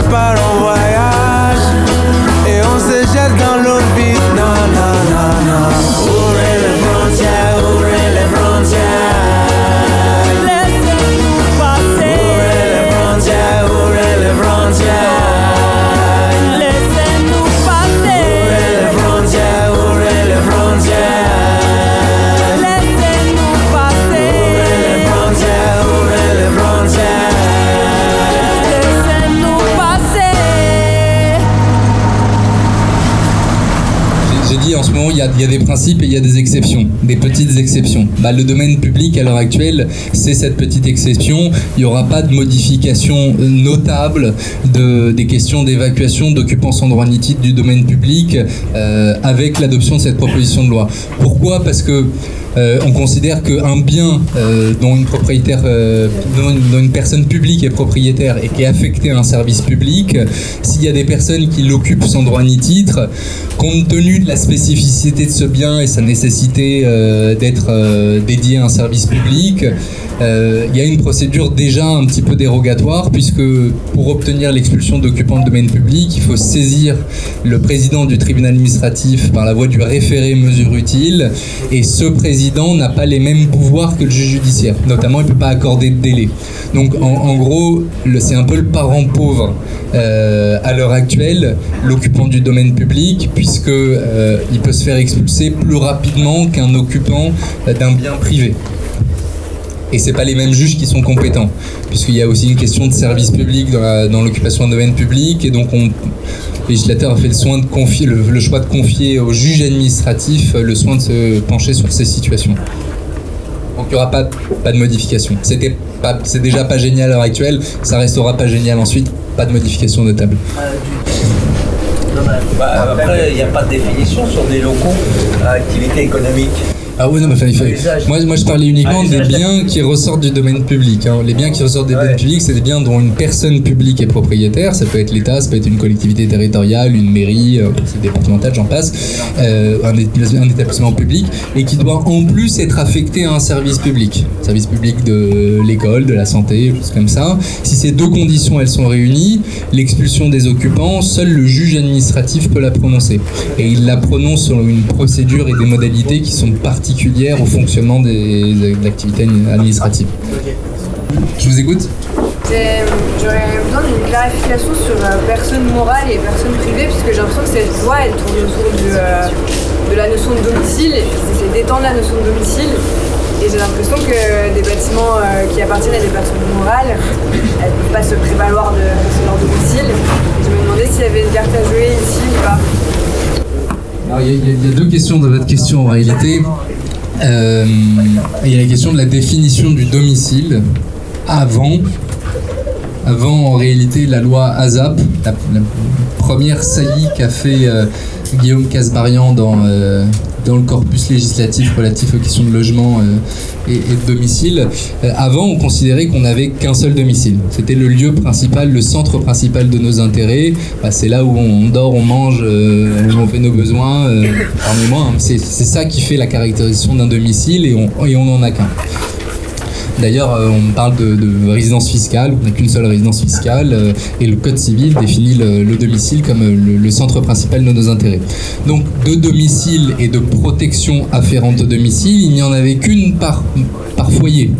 part en voyage et on se jette dans l'eau vide. Non, non, non, non. Ouvrez les frontières, ouvrez les frontières. Laissez-nous passer. Ouvrez les frontières, ouvrez les frontières. Laissez-nous passer. Ouvrez les frontières, ouvrez les frontières. Laissez-nous passer. Ouvrez les frontières, ouvrez les frontières. Laissez-nous passer. J'ai dit en ce moment, il y a des principes et il y a des exceptions, des petites exceptions. Le domaine public à l'heure actuelle, c'est cette petite exception. Il n'y aura pas de modification notable des questions d'évacuation d'occupants sans droit ni titre du domaine public avec l'adoption de cette proposition de loi. Pourquoi ? Parce que on considère qu'un bien dont une personne publique est propriétaire et qui est affecté à un service public, s'il y a des personnes qui l'occupent sans droit ni titre, compte tenu de la spécificité de ce bien et sa nécessité d'être dédié à un service public, il y a une procédure déjà un petit peu dérogatoire, puisque pour obtenir l'expulsion d'occupants de domaine public, il faut saisir le président du tribunal administratif par la voie du référé mesure utile, et ce président n'a pas les mêmes pouvoirs que le juge judiciaire. Notamment, il ne peut pas accorder de délai. Donc en gros, c'est un peu le parent pauvre à l'heure actuelle, l'occupant du domaine public, puisque il peut se faire expulser plus rapidement qu'un occupant d'un bien privé. Et c'est pas les mêmes juges qui sont compétents, puisqu'il y a aussi une question de service public dans l'occupation d'un domaine public, et donc le législateur a fait le choix de confier au juge administratif le soin de se pencher sur ces situations. Donc il n'y aura pas de modification. C'est déjà pas génial à l'heure actuelle, ça restera pas génial ensuite, pas de modification notable. Après, il n'y a pas de définition sur des locaux à activité économique. Ah oui, non, mais moi je parlais uniquement des biens qui ressortent du domaine public. Les biens qui ressortent du domaine public, c'est des biens dont une personne publique est propriétaire. Ça peut être l'État, ça peut être une collectivité territoriale, une mairie, c'est départemental, j'en passe, un établissement public, et qui doit en plus être affecté à un service public de l'école, de la santé, choses comme ça. Si ces deux conditions elles sont réunies, l'expulsion des occupants, seul le juge administratif peut la prononcer. Et il la prononce selon une procédure et des modalités qui sont particulières au fonctionnement de l'activité administrative. Je vous écoute. J'aurais besoin d'une clarification sur personne morale et personne privée, puisque j'ai l'impression que cette loi elle tourne autour de la notion de domicile, et puis c'est d'étendre la notion de domicile. Et j'ai l'impression que des bâtiments qui appartiennent à des personnes morales, elles ne peuvent pas se prévaloir de leur domicile. Et je me demandais s'il y avait une carte à jouer ici ou pas. Alors, il y a deux questions dans votre question en réalité. Il y a la question de la définition du domicile avant en réalité la loi ASAP, la première saillie qu'a fait Guillaume Kasbarian dans le corpus législatif relatif aux questions de logement et de domicile. Avant, on considérait qu'on n'avait qu'un seul domicile. C'était le lieu principal, le centre principal de nos intérêts. C'est là où on dort, on mange, on fait nos besoins. Pardonnez-moi, c'est ça qui fait la caractérisation d'un domicile, et on n'en a qu'un. D'ailleurs, on parle de résidence fiscale, on n'a qu'une seule résidence fiscale, et le Code civil définit le domicile comme le centre principal de nos intérêts. Donc, de domicile et de protection afférente au domicile, il n'y en avait qu'une par foyer.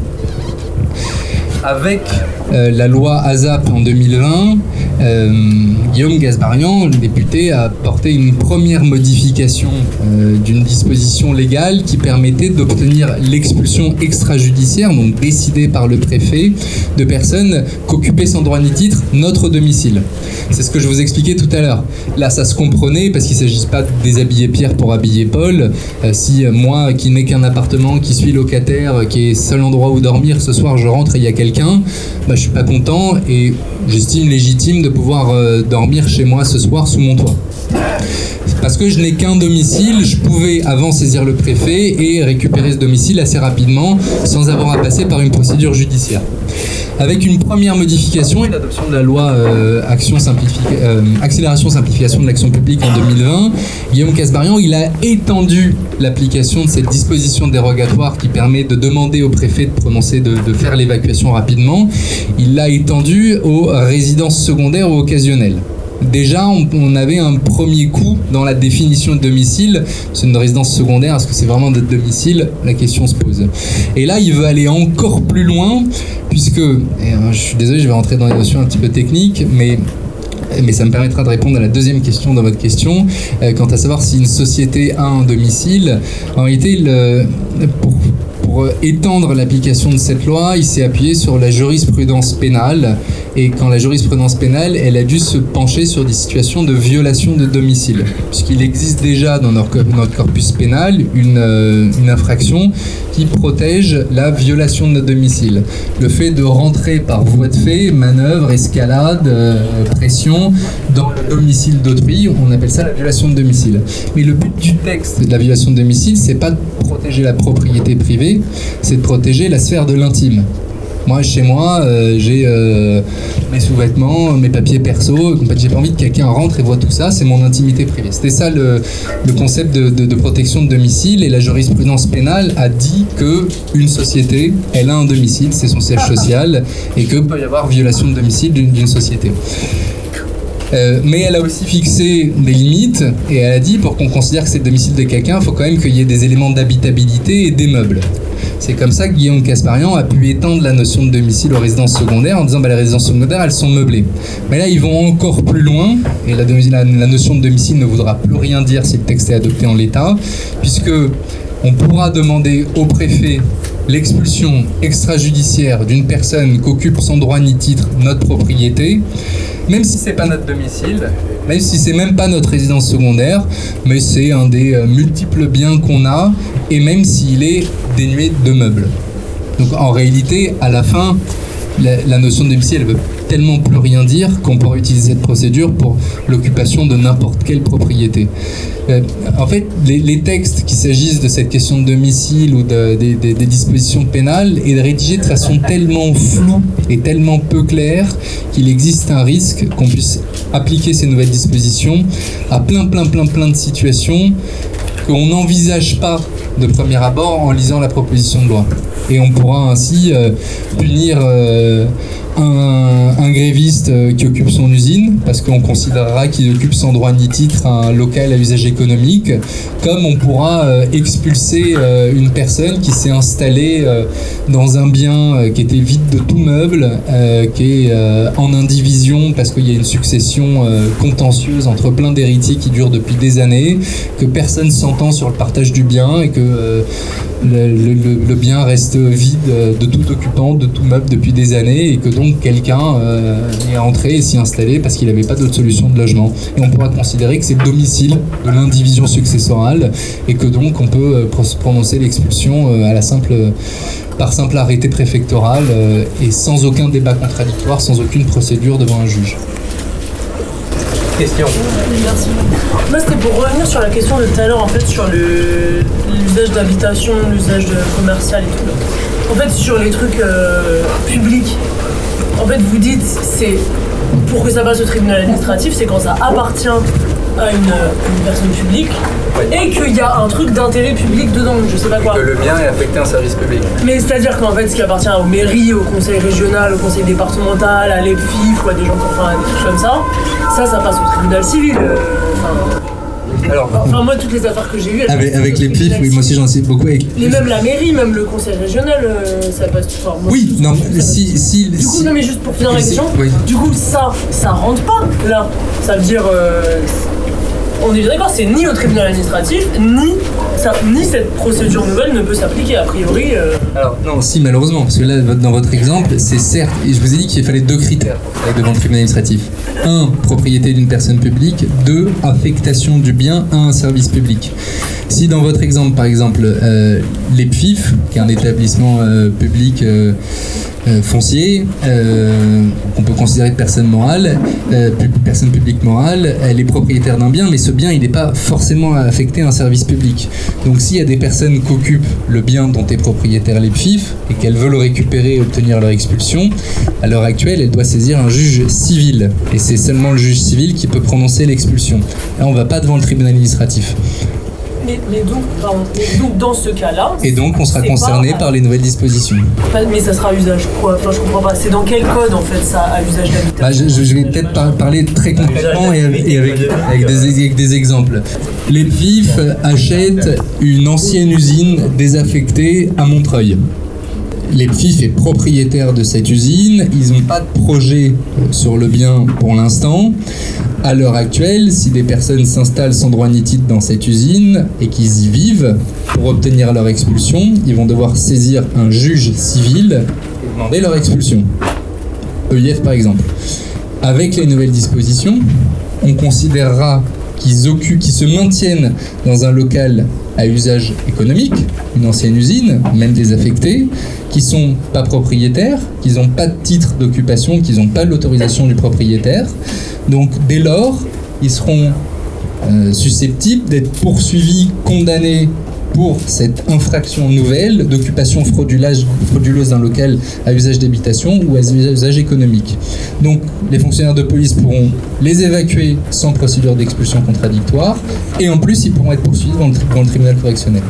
Avec la loi ASAP en 2020, Guillaume Kasbarian, le député, a apporté une première modification d'une disposition légale qui permettait d'obtenir l'expulsion extrajudiciaire, donc décidée par le préfet, de personnes qu'occupaient sans droit ni titre notre domicile. C'est ce que je vous expliquais tout à l'heure. Là, ça se comprenait parce qu'il ne s'agit pas de déshabiller Pierre pour habiller Paul. Si moi, qui n'ai qu'un appartement, qui suis locataire, qui est seul endroit où dormir, ce soir je rentre et il y a quelqu'un, je suis pas content et j'estime légitime de pouvoir dormir chez moi ce soir sous mon toit. Parce que je n'ai qu'un domicile, je pouvais avant saisir le préfet et récupérer ce domicile assez rapidement sans avoir à passer par une procédure judiciaire. Avec une première modification et l'adoption de la loi accélération simplification de l'action publique en 2020, Guillaume Kasbarian, il a étendu l'application de cette disposition dérogatoire qui permet de demander au préfet de prononcer, de faire l'évacuation rapidement. Il l'a étendu aux résidences secondaires ou occasionnelles. Déjà, on avait un premier coup dans la définition de domicile. C'est une résidence secondaire, est-ce que c'est vraiment notre domicile? La question se pose. Et là, il veut aller encore plus loin, puisque, je suis désolé, je vais rentrer dans les notions un petit peu techniques, mais ça me permettra de répondre à la deuxième question dans votre question, quant à savoir si une société a un domicile. En réalité, pour étendre l'application de cette loi, il s'est appuyé sur la jurisprudence pénale. Et quand la jurisprudence pénale, elle a dû se pencher sur des situations de violation de domicile. Puisqu'il existe déjà dans notre corpus pénal une infraction qui protège la violation de notre domicile. Le fait de rentrer par voie de fait, manœuvre, escalade, pression dans le domicile d'autrui, on appelle ça la violation de domicile. Mais le but du texte de la violation de domicile, c'est pas de protéger la propriété privée, c'est de protéger la sphère de l'intime. Moi, chez moi, j'ai mes sous-vêtements, mes papiers perso, j'ai pas envie que quelqu'un rentre et voit tout ça, c'est mon intimité privée. C'était ça le concept de protection de domicile, et la jurisprudence pénale a dit qu'une société, elle a un domicile, c'est son siège social, et que peut y avoir violation de domicile d'une société. Mais elle a aussi fixé des limites, et elle a dit, pour qu'on considère que c'est le domicile de quelqu'un, il faut quand même qu'il y ait des éléments d'habitabilité et des meubles. C'est comme ça que Guillaume Kasbarian a pu étendre la notion de domicile aux résidences secondaires en disant les résidences secondaires, elles sont meublées. Mais là, ils vont encore plus loin, et la notion de domicile ne voudra plus rien dire si le texte est adopté en l'état, puisque on pourra demander au préfet l'expulsion extrajudiciaire d'une personne qu'occupe sans droit ni titre notre propriété, même si c'est pas notre domicile, même si c'est même pas notre résidence secondaire, mais c'est un des multiples biens qu'on a, et même s'il est dénué de meubles. Donc en réalité, à la fin, la notion de domicile, elle veut tellement plus rien dire qu'on pourra utiliser cette procédure pour l'occupation de n'importe quelle propriété. En fait, les textes, qu'il s'agisse de cette question de domicile ou des dispositions pénales, est rédigé de façon tellement floue et tellement peu claire qu'il existe un risque qu'on puisse appliquer ces nouvelles dispositions à plein de situations qu'on n'envisage pas de premier abord en lisant la proposition de loi. Et on pourra ainsi punir un gréviste qui occupe son usine, parce qu'on considérera qu'il occupe sans droit ni titre un local à usage économique, comme on pourra expulser une personne qui s'est installée dans un bien qui était vide de tout meuble, qui est en indivision parce qu'il y a une succession contentieuse entre plein d'héritiers qui dure depuis des années, que personne s'entend sur le partage du bien, et que le bien reste vide de tout occupant, de tout meuble depuis des années, et que donc quelqu'un est entré et s'y installé parce qu'il n'avait pas d'autre solution de logement. Et on pourra considérer que c'est le domicile de l'indivision successorale, et que donc on peut prononcer l'expulsion par simple arrêté préfectoral, et sans aucun débat contradictoire, sans aucune procédure devant un juge. Question. Merci. Moi, c'était pour revenir sur la question de tout à l'heure, en fait, sur l'usage d'habitation, l'usage commercial et tout. En fait, sur les trucs publics, en fait, vous dites, c'est pour que ça passe au tribunal administratif, c'est quand ça appartient à une personne publique, et qu'il y a un truc d'intérêt public dedans, je sais pas quoi. Que le bien est affecté à un service public. Mais c'est-à-dire qu'en fait, ce qui appartient aux mairies, au conseil régional, au conseil départemental, à l'EPFIF, ou à des gens qui ont fait des trucs comme ça passe au tribunal civil. Enfin, moi, toutes les affaires que j'ai eues... Avec les PIF, oui, moi aussi j'en sais beaucoup. Mais même la mairie, même le conseil régional, ça passe... Enfin, moi, oui, non, si... Du coup, non, mais juste pour finir la question, oui. Du coup, ça rentre pas, là. Ça veut dire... on est bien d'accord, c'est ni au tribunal administratif, ni cette procédure nouvelle ne peut s'appliquer, a priori. Alors, non, si, malheureusement, parce que là, dans votre exemple, c'est certes, et je vous ai dit qu'il fallait 2 critères pour aller devant le tribunal administratif. 1, propriété d'une personne publique. 2, affectation du bien à un service public. Si dans votre exemple, par exemple, l'EPFIF, qui est un établissement public foncier, qu'on peut considérer de personne morale, personne publique morale, elle est propriétaire d'un bien, mais ce bien, il n'est pas forcément affecté à un service public. Donc s'il y a des personnes qui occupent le bien dont est propriétaire l'EPFIF et qu'elles veulent le récupérer et obtenir leur expulsion, à l'heure actuelle, elle doit saisir un juge civil. Et c'est seulement le juge civil qui peut prononcer l'expulsion. Là, on ne va pas devant le tribunal administratif. Mais donc dans ce cas-là... Et donc on sera concerné par les nouvelles dispositions. Mais ça sera à usage quoi? Enfin je comprends pas. C'est dans quel code en fait ça à usage d'habitation? Je vais peut-être parler très concrètement et avec des exemples. Les PIF achètent une ancienne usine désaffectée à Montreuil. Les PIF est propriétaire de cette usine, ils n'ont pas de projet sur le bien pour l'instant. À l'heure actuelle, si des personnes s'installent sans droit ni titre dans cette usine et qu'ils y vivent, pour obtenir leur expulsion, ils vont devoir saisir un juge civil et demander leur expulsion. EIF par exemple. Avec les nouvelles dispositions, on considérera qu'ils se maintiennent dans un local à usage économique, une ancienne usine, même désaffectée, qui sont pas propriétaires, qui n'ont pas de titre d'occupation, qui n'ont pas l'autorisation du propriétaire. Donc dès lors, ils seront susceptibles d'être poursuivis, condamnés pour cette infraction nouvelle d'occupation frauduleuse d'un local à usage d'habitation ou à usage économique. Donc les fonctionnaires de police pourront les évacuer sans procédure d'expulsion contradictoire et en plus ils pourront être poursuivis devant le tribunal correctionnel.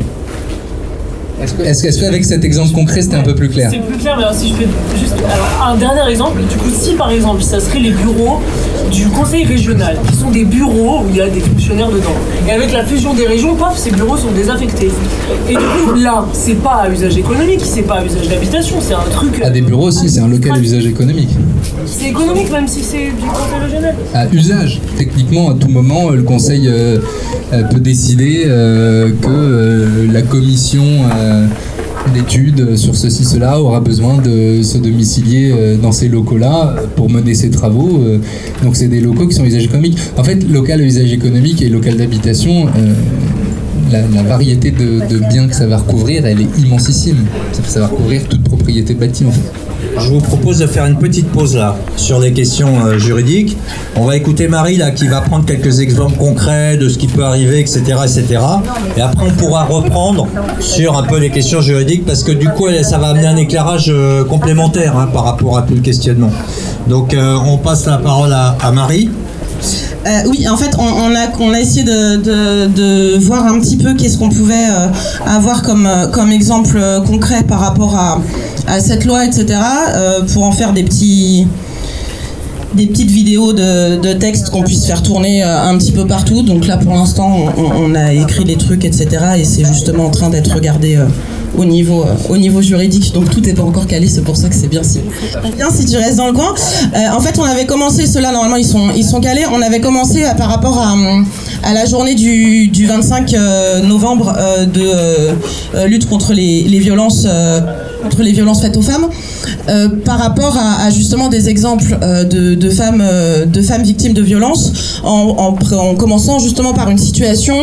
Est-ce qu'avec cet exemple concret c'était un peu plus clair? C'est plus clair, mais alors si je fais juste un dernier exemple, du coup si par exemple ça serait les bureaux du conseil régional, qui sont des bureaux où il y a des fonctionnaires dedans, et avec la fusion des régions, paf, ces bureaux sont désaffectés. Et du coup là, c'est pas à usage économique, c'est pas à usage d'habitation, c'est un truc... À des bureaux aussi, c'est un local à usage économique. C'est économique même si c'est du conseil régional. À usage. Techniquement, à tout moment, le conseil peut décider que la commission d'études sur ceci, cela aura besoin de se domicilier dans ces locaux-là pour mener ses travaux. Donc c'est des locaux qui sont à usage économique. En fait, local à usage économique et local d'habitation, la variété de biens que ça va recouvrir, elle est immensissime. Ça va recouvrir toute propriété de bâtiment. Je vous propose de faire une petite pause là sur les questions juridiques. On va écouter Marie là qui va prendre quelques exemples concrets de ce qui peut arriver, etc., etc. Et après on pourra reprendre sur un peu les questions juridiques parce que du coup ça va amener un éclairage complémentaire par rapport à tout le questionnement. Donc on passe la parole à Marie. Oui, en fait, on a essayé de voir un petit peu qu'est-ce qu'on pouvait avoir comme exemple concret par rapport à cette loi, etc., pour en faire des petites vidéos de texte qu'on puisse faire tourner un petit peu partout. Donc là, pour l'instant, on a écrit les trucs, etc., et c'est justement en train d'être regardé au niveau juridique, donc tout n'est pas encore calé, c'est pour ça que c'est bien si tu restes dans le coin. En fait, on avait commencé, ceux-là normalement ils sont calés, on avait commencé par rapport à la journée du 25 novembre de lutte contre les violences faites aux femmes, par rapport à justement des exemples de femmes victimes de violences, en commençant justement par une situation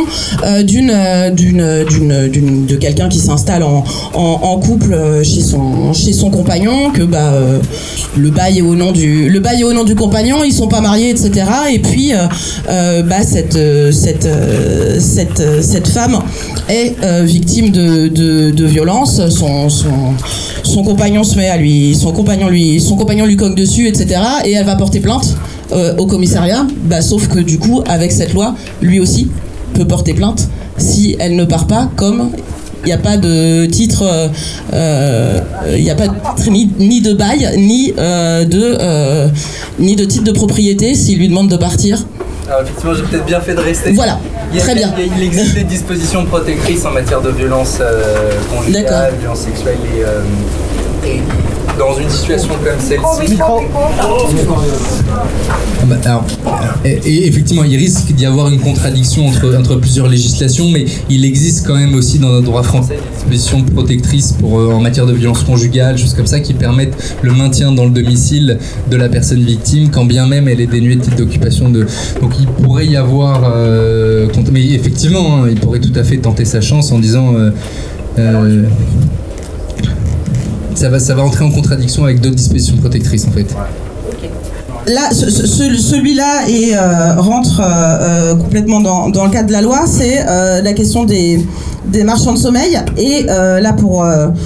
de quelqu'un qui s'installe en couple chez son compagnon, que le bail est au nom du compagnon, ils sont pas mariés, etc. Et puis cette femme est victime de violence. Son compagnon lui cogne dessus, etc. Et elle va porter plainte au commissariat. Sauf que du coup, avec cette loi, lui aussi peut porter plainte si elle ne part pas, comme il n'y a pas de titre, il n'y a pas ni de bail, ni de titre de propriété s'il lui demande de partir. Alors effectivement, j'ai peut-être bien fait de rester. Voilà, très bien. Il existe des dispositions protectrices en matière de violence conjugale, violence sexuelle et dans une situation comme celle-ci. Alors, et effectivement, il risque d'y avoir une contradiction entre plusieurs législations, mais il existe quand même aussi dans notre droit français des dispositions protectrices en matière de violence conjugale, choses comme ça, qui permettent le maintien dans le domicile de la personne victime, quand bien même elle est dénuée de titre d'occupation. Donc il pourrait y avoir... mais effectivement, il pourrait tout à fait tenter sa chance en disant... ça va entrer en contradiction avec d'autres dispositions protectrices, en fait. Là, celui-là rentre complètement dans le cadre de la loi, c'est la question des marchands de sommeil. Et là, pour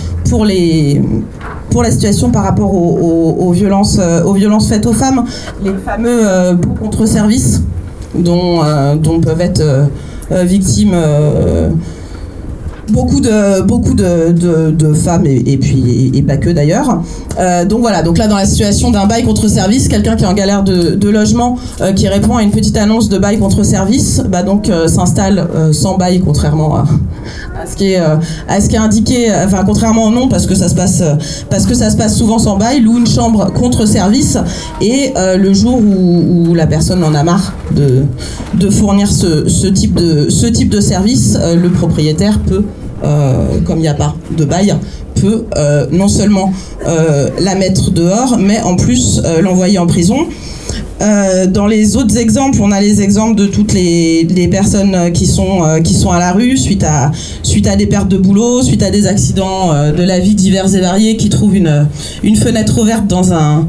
la situation par rapport aux violences faites aux femmes, les fameux baux contre service dont peuvent être victimes beaucoup de femmes et pas que d'ailleurs. Donc voilà, donc là dans la situation d'un bail contre service, quelqu'un qui est en galère de logement, qui répond à une petite annonce de bail contre service, s'installe sans bail, contrairement à ce qui est indiqué, enfin contrairement au nom, parce que ça se passe souvent sans bail, loue une chambre contre service, et le jour où la personne en a marre de fournir ce type de service, le propriétaire peut, comme il n'y a pas de bail, peut non seulement la mettre dehors, mais en plus l'envoyer en prison. Dans les autres exemples, on a les exemples de toutes les personnes qui sont à la rue suite à des pertes de boulot, suite à des accidents de la vie divers et variés, qui trouvent une fenêtre ouverte dans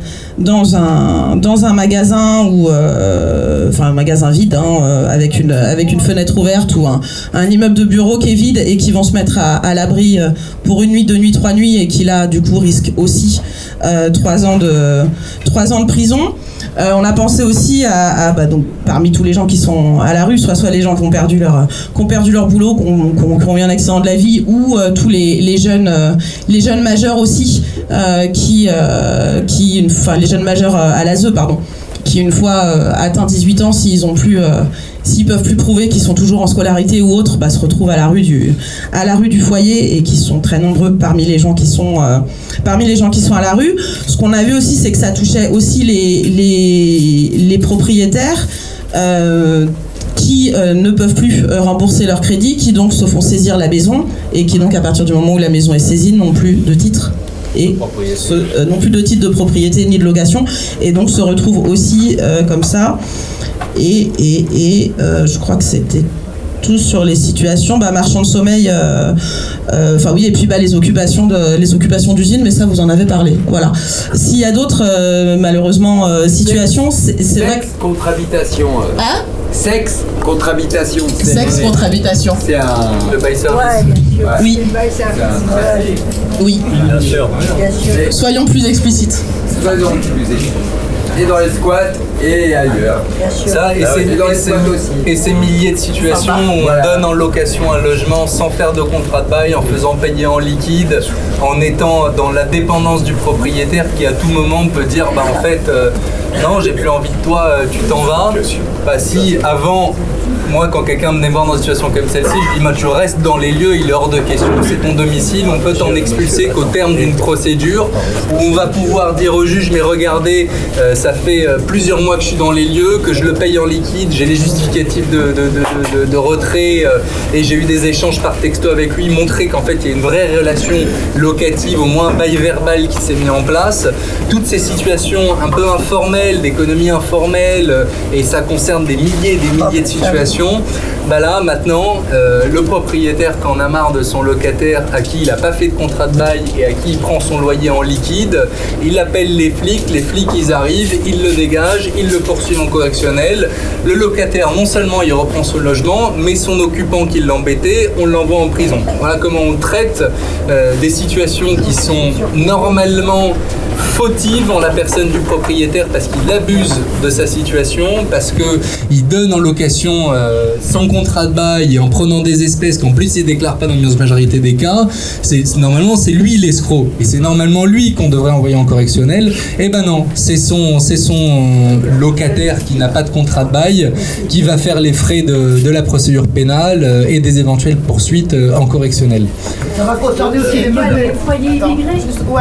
un magasin ou un magasin vide, avec une fenêtre ouverte, ou un immeuble de bureau qui est vide, et qui vont se mettre à l'abri pour une nuit, 2 nuits, 3 nuits, et qui là du coup risquent aussi 3 ans de prison. On a pensé aussi donc, parmi tous les gens qui sont à la rue, soit les gens qui ont perdu leur boulot, qui ont eu un accident de la vie, ou tous les jeunes majeurs aussi, les jeunes majeurs à l'ASE, pardon, qui une fois atteints 18 ans, s'ils peuvent plus prouver qu'ils sont toujours en scolarité ou autre, se retrouvent à la rue du foyer, et qui sont très nombreux parmi les gens qui sont à la rue. Ce qu'on a vu aussi, c'est que ça touchait aussi les propriétaires qui ne peuvent plus rembourser leur crédit, qui donc se font saisir la maison, et qui donc à partir du moment où la maison est saisie n'ont plus de titre. Et non plus de titre de propriété ni de location, et donc se retrouvent aussi comme ça. Et je crois que c'était tout sur les situations marchands de sommeil, et puis les occupations d'usines, mais ça vous en avez parlé. Voilà. S'il y a d'autres malheureusement situations, c'est vrai que contre habitation. Sexe contre habitation. Sexe contre habitation. C'est le bail service. Ouais, bien sûr. Oui. Le bail service. Oui. Bien sûr. Soyons plus explicites. Soyons plus explicites. Et dans les squats et ailleurs. Bien sûr. Ça, et ces milliers de situations où on donne en location un logement sans faire de contrat de bail, en faisant payer en liquide, en étant dans la dépendance du propriétaire, qui à tout moment peut dire en fait non, j'ai plus envie de toi, tu t'en vas. Si avant, moi quand quelqu'un me voir dans une situation comme celle-ci, je dis tu restes dans les lieux, il est hors de question, c'est ton domicile, on peut t'en expulser qu'au terme d'une procédure où on va pouvoir dire au juge, mais regardez, ça fait plusieurs mois que je suis dans les lieux, que je le paye en liquide, j'ai les justificatifs de retrait, et j'ai eu des échanges par texto avec lui, montrer qu'en fait il y a une vraie relation locative, au moins un bail verbal qui s'est mis en place. Toutes ces situations un peu informelles, d'économie informelle, et ça concerne des milliers de situations. Là maintenant, le propriétaire qui en a marre de son locataire à qui il n'a pas fait de contrat de bail et à qui il prend son loyer en liquide, il appelle les flics ils arrivent, ils le dégagent, ils le poursuivent en correctionnel. Le locataire, non seulement il reprend son logement, mais son occupant qui l'embêtait, on l'envoie en prison. Voilà comment on traite des situations qui sont normalement fautives en la personne du propriétaire, parce qu'il abuse de sa situation, parce qu'il donne en location sans contrat de bail et en prenant des espèces qu'en plus il ne déclare pas dans l'immense majorité des cas. Normalement c'est lui l'escroc, et c'est normalement lui qu'on devrait envoyer en correctionnel. Et non, c'est son locataire qui n'a pas de contrat de bail qui va faire les frais de la procédure pénale et des éventuelles poursuites en correctionnel. Ça va concerner aussi les foyers immigrés. Ouais,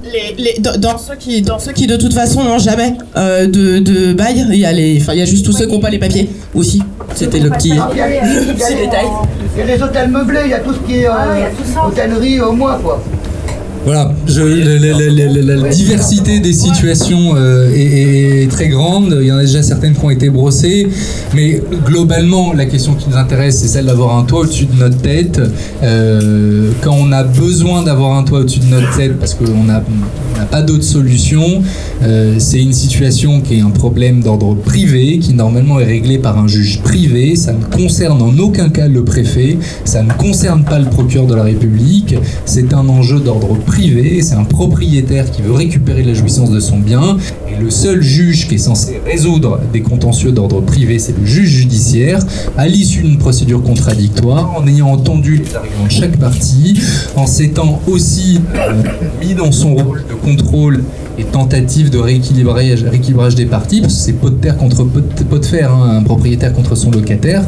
Dans ceux qui de toute façon n'ont jamais de bail, il y a juste tous ceux qui n'ont pas les papiers aussi. C'était le petit détail. Il y a les hôtels meublés, il y a tout ce qui est hôtellerie au mois, quoi. Voilà, la diversité des situations est très grande. Il y en a déjà certaines qui ont été brossées, mais globalement, la question qui nous intéresse, c'est celle d'avoir un toit au-dessus de notre tête. Quand on a besoin d'avoir un toit au-dessus de notre tête, parce qu'on n'a pas d'autre solution, c'est une situation qui est un problème d'ordre privé, qui normalement est réglé par un juge privé. Ça ne concerne en aucun cas le préfet, ça ne concerne pas le procureur de la République. C'est un enjeu d'ordre privé, c'est un propriétaire qui veut récupérer la jouissance de son bien, et le seul juge qui est censé résoudre des contentieux d'ordre privé, c'est le juge judiciaire, à l'issue d'une procédure contradictoire, en ayant entendu les arguments de chaque partie, en s'étant aussi mis dans son rôle de contrôle et tentative de rééquilibrage des parties, parce que c'est pot de terre contre pot de fer, un propriétaire contre son locataire.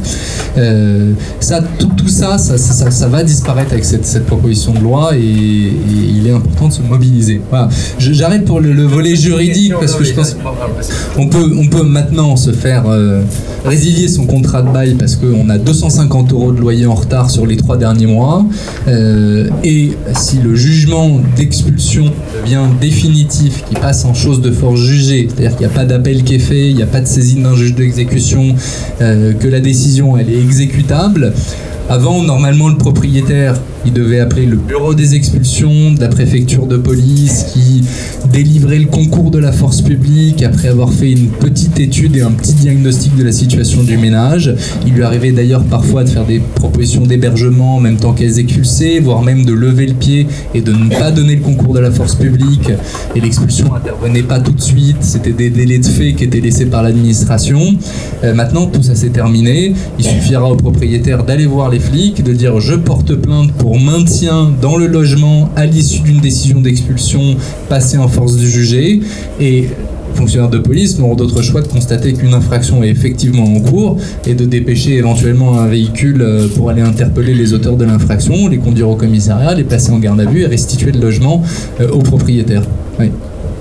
Tout ça va disparaître avec cette proposition de loi, et il est important de se mobiliser. Voilà. J'arrête pour le volet juridique, parce que je pense qu'on peut maintenant se faire résilier son contrat de bail parce qu'on a 250 € de loyer en retard sur les 3 derniers mois, et si le jugement d'expulsion devient définitif, qui passe en chose de force jugée, c'est-à-dire qu'il n'y a pas d'appel qui est fait, il n'y a pas de saisine d'un juge d'exécution, que la décision elle est exécutable. Avant, normalement, le propriétaire, il devait appeler le bureau des expulsions de la préfecture de police qui délivrait le concours de la force publique après avoir fait une petite étude et un petit diagnostic de la situation du ménage. Il lui arrivait d'ailleurs parfois de faire des propositions d'hébergement en même temps qu'elles expulsaient, voire même de lever le pied et de ne pas donner le concours de la force publique. Et l'expulsion n'intervenait pas tout de suite. C'était des délais de fait qui étaient laissés par l'administration. Maintenant, tout ça s'est terminé. Il suffira au propriétaire d'aller voir les flics, de dire « je porte plainte pour maintien dans le logement à l'issue d'une décision d'expulsion passée en force du jugé », et les fonctionnaires de police n'auront d'autre choix de constater qu'une infraction est effectivement en cours et de dépêcher éventuellement un véhicule pour aller interpeller les auteurs de l'infraction, les conduire au commissariat, les placer en garde à vue et restituer le logement au propriétaire. Oui.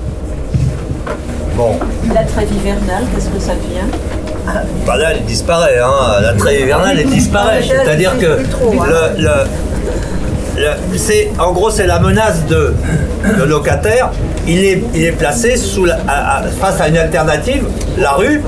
Bon. La trêve hivernale, qu'est-ce que ça devient ? Bah là, elle disparaît, hein. La trêve hivernale, elle disparaît. C'est-à-dire que en gros, c'est la menace de locataire. Il est placé face à une alternative, la rue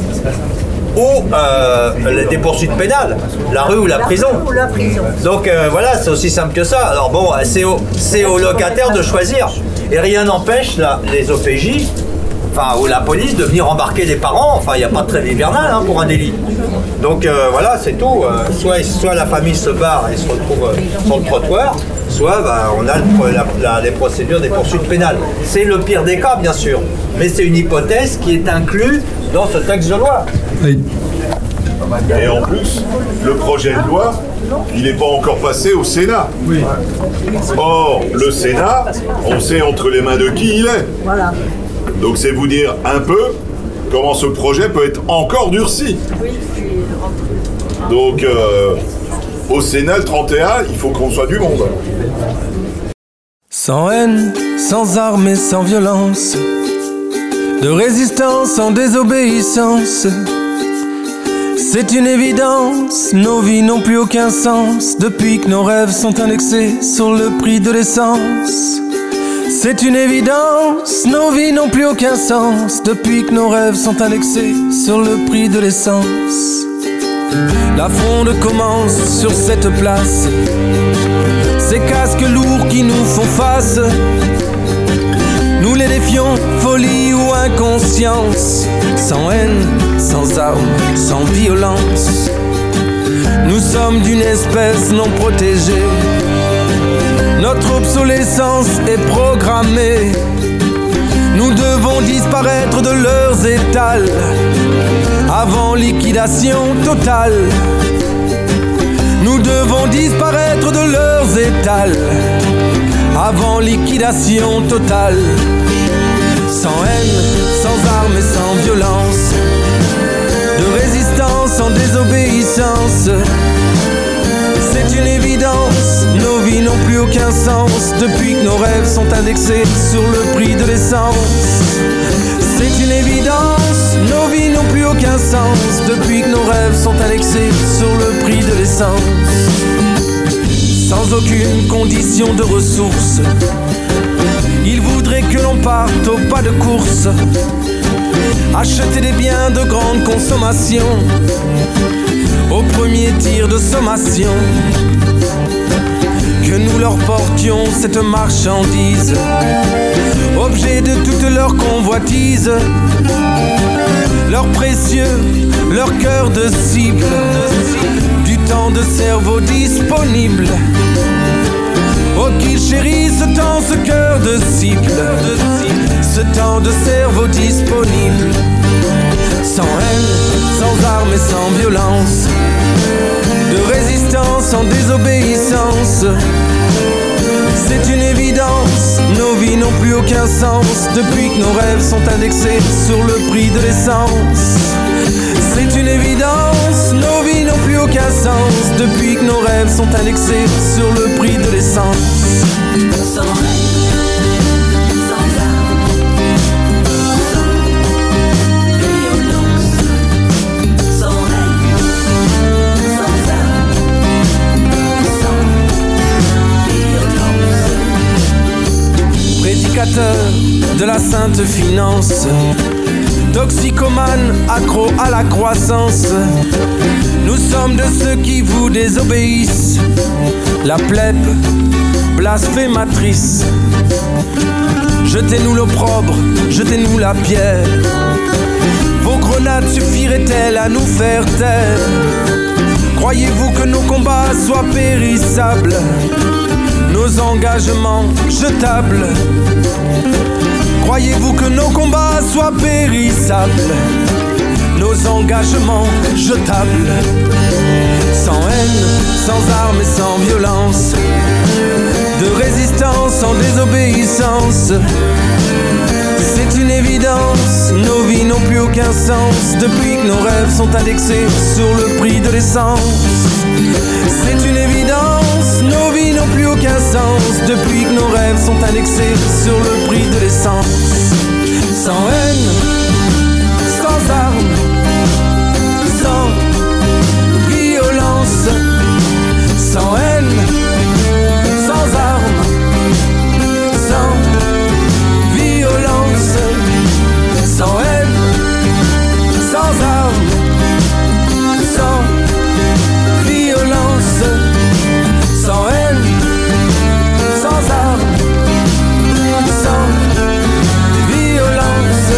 ou des poursuites pénales, la rue ou la prison. Donc voilà, c'est aussi simple que ça. Alors bon, c'est au locataire de choisir. Et rien n'empêche les OPJ, ou la police, de venir embarquer les parents. Enfin, il n'y a pas de trêve hivernale pour un délit. Donc voilà, c'est tout. Soit la famille se barre et se retrouve sur le trottoir, soit on a les procédures des poursuites pénales. C'est le pire des cas, bien sûr. Mais c'est une hypothèse qui est inclue dans ce texte de loi. Oui. Et en plus, le projet de loi, il n'est pas encore passé au Sénat. Oui. Or, le Sénat, on sait entre les mains de qui il est. Voilà. Donc c'est vous dire un peu comment ce projet peut être encore durci. Donc au Sénat, le 31, il faut qu'on soit du monde. Sans haine, sans armes et sans violence, de résistance en désobéissance, c'est une évidence, nos vies n'ont plus aucun sens depuis que nos rêves sont indexés sur le prix de l'essence. C'est une évidence, nos vies n'ont plus aucun sens depuis que nos rêves sont indexés sur le prix de l'essence. La fronde commence sur cette place, ces casques lourds qui nous font face. Nous les défions, folie ou inconscience, sans haine, sans armes, sans violence. Nous sommes d'une espèce non protégée. Notre obsolescence est programmée. Nous devons disparaître de leurs étals avant liquidation totale. Nous devons disparaître de leurs étals avant liquidation totale. Sans haine, sans armes et sans violence, de résistance en désobéissance. C'est une évidence, nos vies n'ont n'ont plus aucun sens depuis que nos rêves sont indexés sur le prix de l'essence. C'est une évidence, nos vies n'ont plus aucun sens depuis que nos rêves sont indexés sur le prix de l'essence. Sans aucune condition de ressources, ils voudraient que l'on parte au pas de course, acheter des biens de grande consommation au premier tir de sommation. Que nous leur portions cette marchandise, objet de toute leur convoitise, leur précieux, leur cœur de cible, du temps de cerveau disponible. Oh qu'ils chérissent ce temps, ce cœur de cible, ce temps de cerveau disponible. Sans haine, sans armes et sans violence, de résistance sans désobéissance. C'est une évidence, nos vies n'ont plus aucun sens depuis que nos rêves sont indexés sur le prix de l'essence. C'est une évidence, nos vies n'ont plus aucun sens depuis que nos rêves sont indexés sur le prix de l'essence. Sans prédicateur de la sainte finance, toxicomane, accro à la croissance, nous sommes de ceux qui vous désobéissent, la plèbe blasphématrice. Jetez-nous l'opprobre, jetez-nous la pierre, vos grenades suffiraient-elles à nous faire taire? Croyez-vous que nos combats soient périssables, nos engagements jetables? Croyez-vous que nos combats soient périssables, nos engagements jetables? Sans haine, sans armes et sans violence, de résistance sans désobéissance. C'est une évidence, nos vies n'ont plus aucun sens depuis que nos rêves sont indexés sur le prix de l'essence. C'est une évidence, nos vies n'ont plus aucun sens depuis que nos rêves sont indexés sur le prix de l'essence. Sans haine, sans armes, sans violence. Sans haine, sans armes, sans violence. Sans haine, sans armes, sans violence. Sans haine, sans armes, sans violence.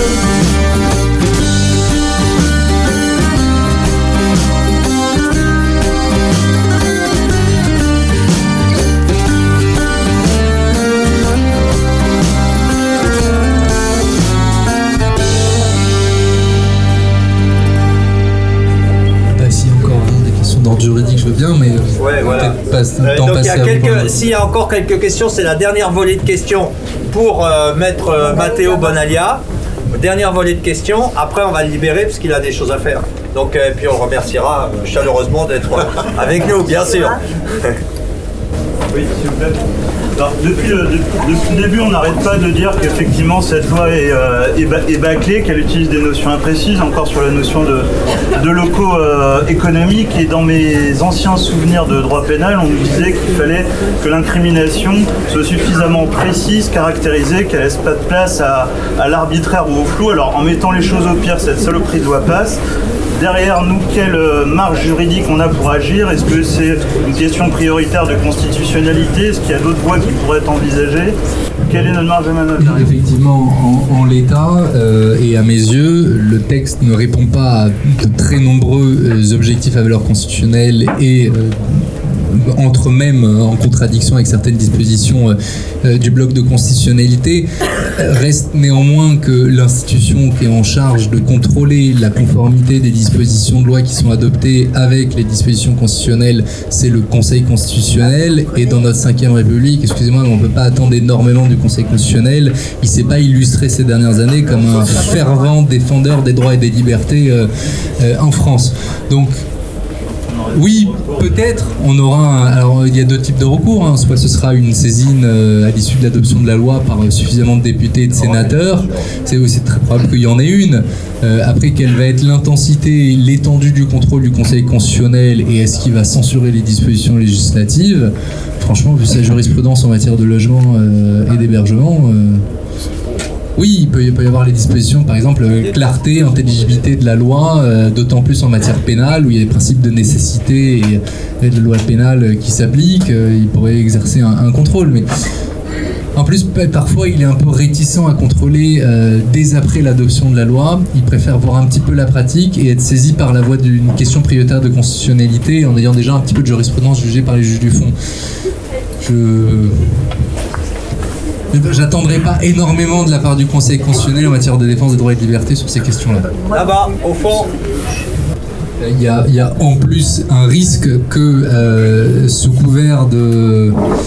D'ordre juridique, je veux bien, mais ouais, voilà. Donc s'il y a encore quelques questions, c'est la dernière volée de questions pour maître Matteo Bonaglia. Dernière volée de questions. Après, on va le libérer parce qu'il a des choses à faire. Donc, puis on le remerciera chaleureusement d'être avec nous, bien sûr. Oui, s'il vous plaît. Alors, depuis le début, on n'arrête pas de dire qu'effectivement cette loi est bâclée, qu'elle utilise des notions imprécises, encore sur la notion de locaux économiques. Et dans mes anciens souvenirs de droit pénal, on nous disait qu'il fallait que l'incrimination soit suffisamment précise, caractérisée, qu'elle laisse pas de place à l'arbitraire ou au flou. Alors en mettant les choses au pire, cette saloperie de loi passe. Derrière nous, quelle marge juridique on a pour agir? Est-ce que c'est une question prioritaire de constitutionnalité? Est-ce qu'il y a d'autres voies qui pourraient être envisagées? Quelle est notre marge de manœuvre? Effectivement, en l'état, et à mes yeux, le texte ne répond pas à de très nombreux objectifs à valeur constitutionnelle et entre même en contradiction avec certaines dispositions du bloc de constitutionnalité. Reste néanmoins que l'institution qui est en charge de contrôler la conformité des dispositions de loi qui sont adoptées avec les dispositions constitutionnelles, c'est le Conseil constitutionnel. Et dans notre 5e République, excusez-moi, mais on ne peut pas attendre énormément du Conseil constitutionnel. Il ne s'est pas illustré ces dernières années comme un fervent défendeur des droits et des libertés en France. Donc, Oui, peut-être. On aura. Alors, il y a deux types de recours. Hein. Soit ce sera une saisine à l'issue de l'adoption de la loi par suffisamment de députés et de sénateurs. C'est aussi très probable qu'il y en ait une. Après, quelle va être l'intensité, l'étendue du contrôle du Conseil constitutionnel et est-ce qu'il va censurer les dispositions législatives? Franchement, vu sa jurisprudence en matière de logement et d'hébergement. Oui, il peut y avoir les dispositions, par exemple, clarté, intelligibilité de la loi, d'autant plus en matière pénale, où il y a des principes de nécessité et de loi pénale qui s'appliquent, il pourrait exercer un contrôle. Mais en plus, parfois, il est un peu réticent à contrôler dès après l'adoption de la loi. Il préfère voir un petit peu la pratique et être saisi par la voie d'une question prioritaire de constitutionnalité en ayant déjà un petit peu de jurisprudence jugée par les juges du fond. J'attendrai pas énormément de la part du Conseil constitutionnel en matière de défense des droits et de liberté sur ces questions-là. Là-bas, au fond. Il y a en plus un risque que sous couvert de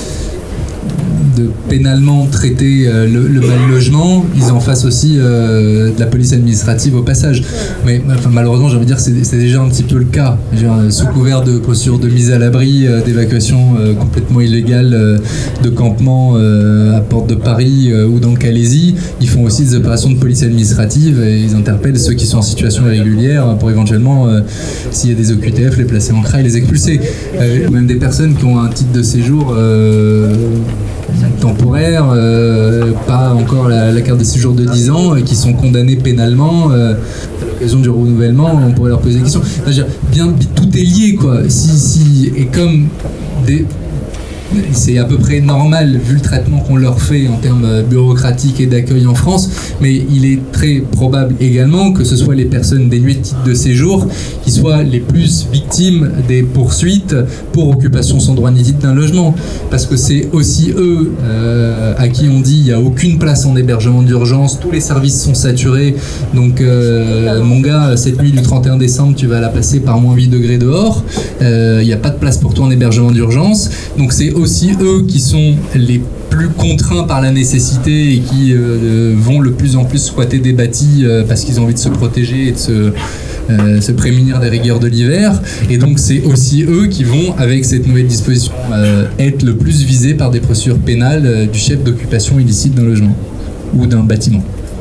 pénalement traiter le mal logement, ils en fassent aussi de la police administrative au passage. Mais malheureusement, j'ai envie de dire, c'est déjà un petit peu le cas. Sous couvert de posture de mise à l'abri, d'évacuation complètement illégale de campement à Porte de Paris ou dans le Calaisis, ils font aussi des opérations de police administrative et ils interpellent ceux qui sont en situation irrégulière pour éventuellement, s'il y a des OQTF, les placer en CRA et les expulser. Même des personnes qui ont un titre de séjour temporaire, pas encore la carte de séjour de 10 ans, qui sont condamnés pénalement à l'occasion du renouvellement, on pourrait leur poser des questions. Bien, tout est lié, quoi. Et comme c'est à peu près normal vu le traitement qu'on leur fait en termes bureaucratiques et d'accueil en France, mais il est très probable également que ce soit les personnes dénuées de titre de séjour qui soient les plus victimes des poursuites pour occupation sans droit ni titre d'un logement, parce que c'est aussi eux à qui on dit il n'y a aucune place en hébergement d'urgence, tous les services sont saturés, donc mon gars, cette nuit du 31 décembre tu vas la passer par moins 8 degrés dehors, il n'y a pas de place pour toi en hébergement d'urgence, donc c'est aussi eux qui sont les plus contraints par la nécessité et qui vont le plus en plus squatter des bâtis parce qu'ils ont envie de se protéger et de se prémunir des rigueurs de l'hiver. Et donc c'est aussi eux qui vont, avec cette nouvelle disposition, être le plus visés par des procédures pénales du chef d'occupation illicite d'un logement ou d'un bâtiment.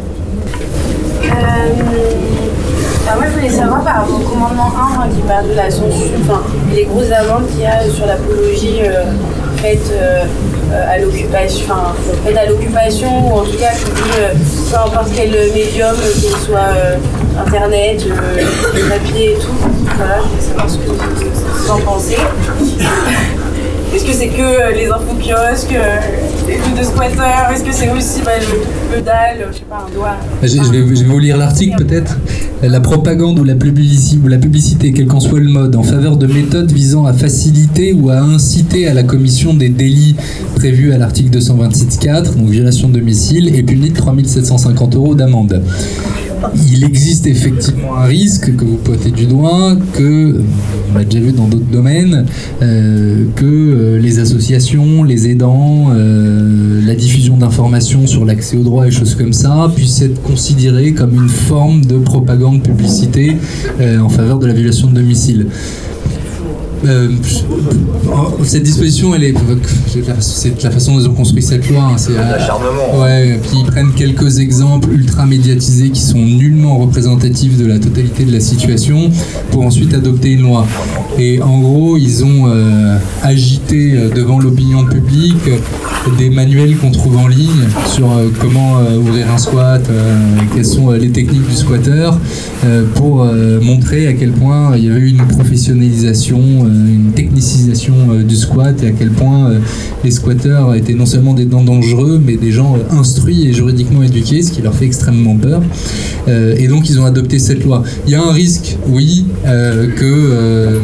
Moi je voulais savoir par rapport au commandement 1 qui parle de la censure, les grosses amendes qu'il y a sur l'apologie faite à l'occupation, ou en tout cas qui dit peu importe quel médium, qu'il soit internet, papier et tout. Voilà, je voulais savoir ce que vous en pensez. Est-ce que c'est que les infokiosques, les trucs de squatteurs? Est-ce que c'est aussi le dalle, je sais pas, un doigt? Je vais vous lire l'article peut-être. La propagande ou la publicité, quel qu'en soit le mode, en faveur de méthodes visant à faciliter ou à inciter à la commission des délits prévus à l'article 226.4, donc violation de domicile, est puni de 3 750 € d'amende. Il existe effectivement un risque que vous pointez du doigt, que, on l'a déjà vu dans d'autres domaines, que les associations, les aidants, la diffusion d'informations sur l'accès aux droits et choses comme ça puissent être considérées comme une forme de propagande publicité en faveur de la violation de domicile. Cette disposition, c'est la façon dont ils ont construit cette loi. Hein, c'est l'acharnement. Ouais, puis ils prennent quelques exemples ultra médiatisés qui sont nullement représentatifs de la totalité de la situation pour ensuite adopter une loi. Et en gros, ils ont agité devant l'opinion publique des manuels qu'on trouve en ligne sur comment ouvrir un squat, quelles sont les techniques du squatteur, pour montrer à quel point il y avait eu une professionnalisation, une technicisation du squat et à quel point les squatteurs étaient non seulement des gens dangereux mais des gens instruits et juridiquement éduqués, ce qui leur fait extrêmement peur. Et donc ils ont adopté cette loi. Il y a un risque, oui, que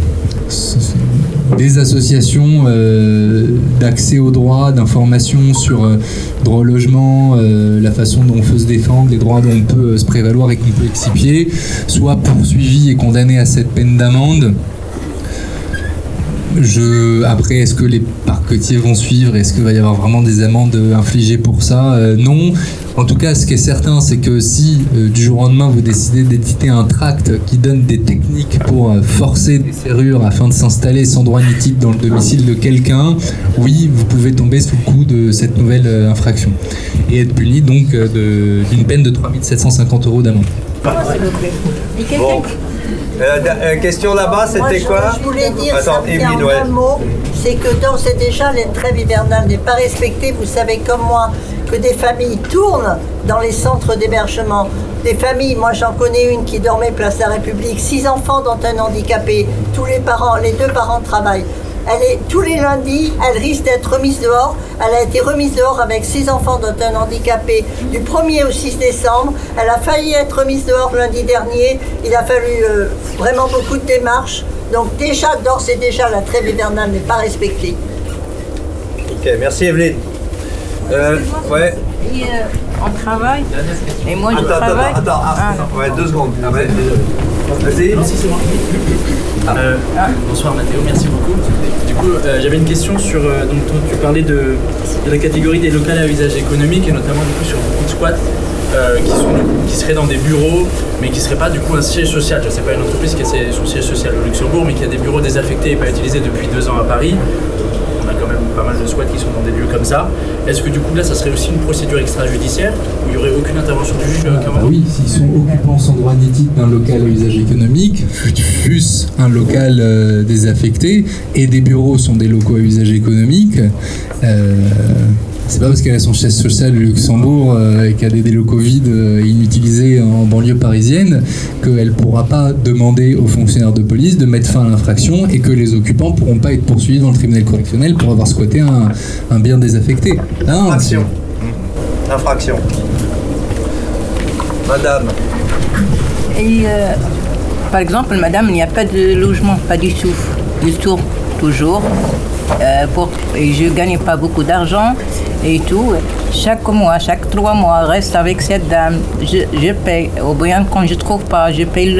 des associations d'accès aux droits, d'information sur droit au logement, la façon dont on peut se défendre, les droits dont on peut se prévaloir et qu'on peut expier, soient poursuivies et condamnées à cette peine d'amende. Après, est-ce que les parquetiers vont suivre? Est-ce qu'il va y avoir vraiment des amendes infligées pour ça? Non. En tout cas, ce qui est certain, c'est que si du jour au lendemain vous décidez d'éditer un tract qui donne des techniques pour forcer des serrures afin de s'installer sans droit ni titre dans le domicile de quelqu'un, oui, vous pouvez tomber sous le coup de cette nouvelle infraction et être puni donc d'une peine de 3 750 € d'amende. Bon. Question là-bas, c'était quoi? Je voulais dire Attends, Émilie, un mot, c'est que d'ores et déjà, la trêve hivernale n'est pas respectée. Vous savez comme moi que des familles tournent dans les centres d'hébergement. Des familles, moi j'en connais une qui dormait place de la République, 6 enfants dont un handicapé, les 2 parents travaillent. Tous les lundis, elle risque d'être remise dehors. Elle a été remise dehors avec 6 enfants dont un handicapé du 1er au 6 décembre. Elle a failli être remise dehors lundi dernier. Il a fallu vraiment beaucoup de démarches. Donc déjà, d'ores et déjà, la trêve hivernale n'est pas respectée. Ok, merci Evelyne. Ouais. On travaille. Et moi, je travaille. Attends. Ouais, 2 secondes. Vas-y. Merci, c'est moi. Bonsoir Mathéo, merci beaucoup. Du coup, j'avais une question sur. Donc, tu parlais de la catégorie des locales à usage économique et notamment du coup sur beaucoup de squats qui seraient dans des bureaux, mais qui ne seraient pas du coup un siège social. Je ne sais pas, une entreprise qui a son siège social au Luxembourg, mais qui a des bureaux désaffectés et pas utilisés depuis 2 ans à Paris. On a quand même pas mal de squats qui sont dans des lieux comme ça. Est-ce que du coup là ça serait aussi une procédure extrajudiciaire où il n'y aurait aucune intervention du juge Oui, s'ils sont occupants sans droit ni titre d'un local à usage économique, plus un local désaffecté, et des bureaux sont des locaux à usage économique, c'est pas parce qu'elle a son siège social au Luxembourg et qu'elle a des locaux vides inutilisés en banlieue parisienne qu'elle ne pourra pas demander aux fonctionnaires de police de mettre fin à l'infraction et que les occupants ne pourront pas être poursuivis dans le tribunal correctionnel pour avoir squatté un bien désaffecté. Infraction. Infraction. Madame. Et par exemple, madame, il n'y a pas de logement, pas du tout. Il tourne toujours. Et je ne gagne pas beaucoup d'argent et tout. Chaque mois, chaque 3 mois, reste avec cette dame. Je paye. Au bien, quand je ne trouve pas, je paye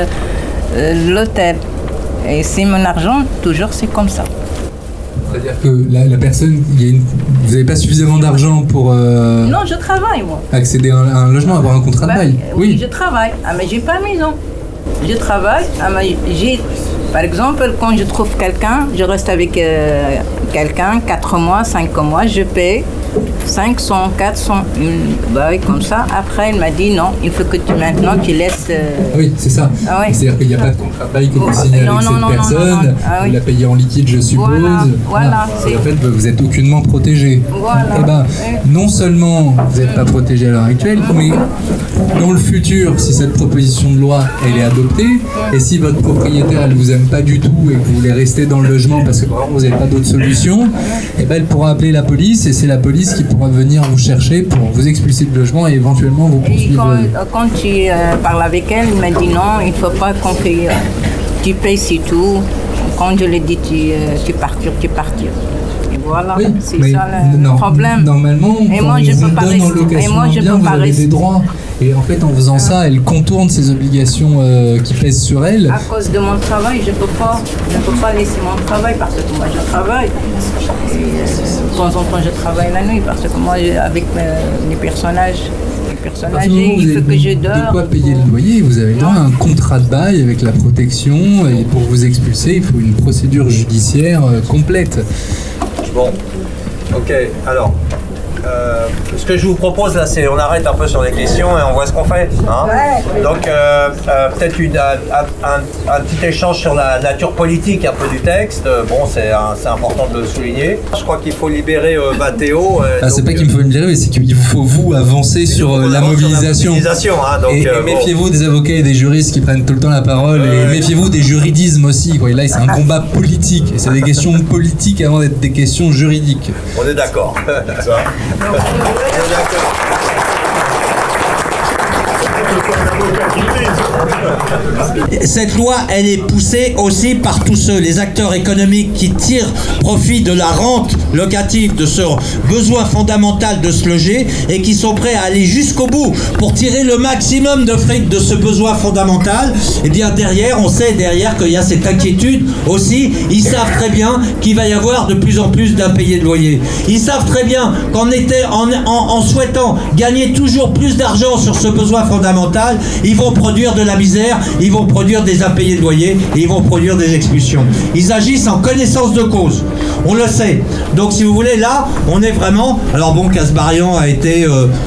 l'hôtel. Et c'est mon argent, toujours c'est comme ça. C'est-à-dire que la personne, vous n'avez pas suffisamment d'argent pour non, je travaille moi. Accéder à un logement, avoir un contrat de bail. Oui, je travaille. Ah, mais j'ai pas de maison. Je travaille. Ah, mais par exemple, quand je trouve quelqu'un, je reste avec quelqu'un 4 mois, 5 mois, je paye 500, 400, une bail comme ça. Après, elle m'a dit non, il faut que maintenant tu laisses. Oui, c'est ça. Ah, ouais. C'est-à-dire qu'il n'y a pas de contrat de bail que vous signez avec cette personne. Ah, vous la payez en liquide, je suppose. Voilà. Et en fait, vous n'êtes aucunement protégé. Voilà. Et ben, non seulement vous n'êtes pas protégé à l'heure actuelle, mais dans le futur, si cette proposition de loi elle est adoptée, et si votre propriétaire elle vous aime pas du tout et que vous voulez rester dans le logement parce que vraiment vous n'avez pas d'autre solution, et ben elle pourra appeler la police et c'est la police qui pourra venir vous chercher pour vous expulser de logement et éventuellement vous poursuivre. Quand tu parles avec elle, elle m'a dit non, il ne faut pas qu'on paye. Tu payes, c'est tout. Quand je lui ai dit tu partir. Et voilà, oui, c'est ça le problème. Normalement, et moi, je peux pas rester. Vous avez des droits. Et en fait, en faisant ça, elle contourne ses obligations qui pèsent sur elle. À cause de mon travail, je peux pas laisser mon travail parce que moi, je travaille. Et, de temps en temps, je travaille la nuit parce que moi, avec les personnages âgés, il faut que je dors. De quoi payer le loyer, vous avez droit à un contrat de bail avec la protection. Et pour vous expulser, il faut une procédure judiciaire complète. Bon, ok, alors, ce que je vous propose là, c'est on arrête un peu sur les questions et on voit ce qu'on fait. Hein, donc, peut-être un petit échange sur la nature politique un peu du texte. Bon, c'est important de le souligner. Je crois qu'il faut libérer Mathéo. C'est pas qu'il me faut libérer, mais c'est qu'il faut vous avancer sur la mobilisation. Hein, donc, et méfiez-vous des avocats et des juristes qui prennent tout le temps la parole. Et méfiez-vous des juridismes aussi. Quoi. Et là, c'est un combat politique. Et c'est des questions politiques avant d'être des questions juridiques. On est d'accord. Cette loi, elle est poussée aussi par tous ceux, les acteurs économiques qui tirent profit de la rente locative, de ce besoin fondamental de se loger et qui sont prêts à aller jusqu'au bout pour tirer le maximum de fric de ce besoin fondamental. Et bien derrière, on sait derrière qu'il y a cette inquiétude aussi. Ils savent très bien qu'il va y avoir de plus en plus d'impayés de loyer. Ils savent très bien en souhaitant gagner toujours plus d'argent sur ce besoin fondamental, ils vont produire de la misère, ils vont produire des impayés de loyer et ils vont produire des expulsions. Ils agissent en connaissance de cause. On le sait. Donc si vous voulez, là, on est vraiment... Alors bon, Kasbarian a été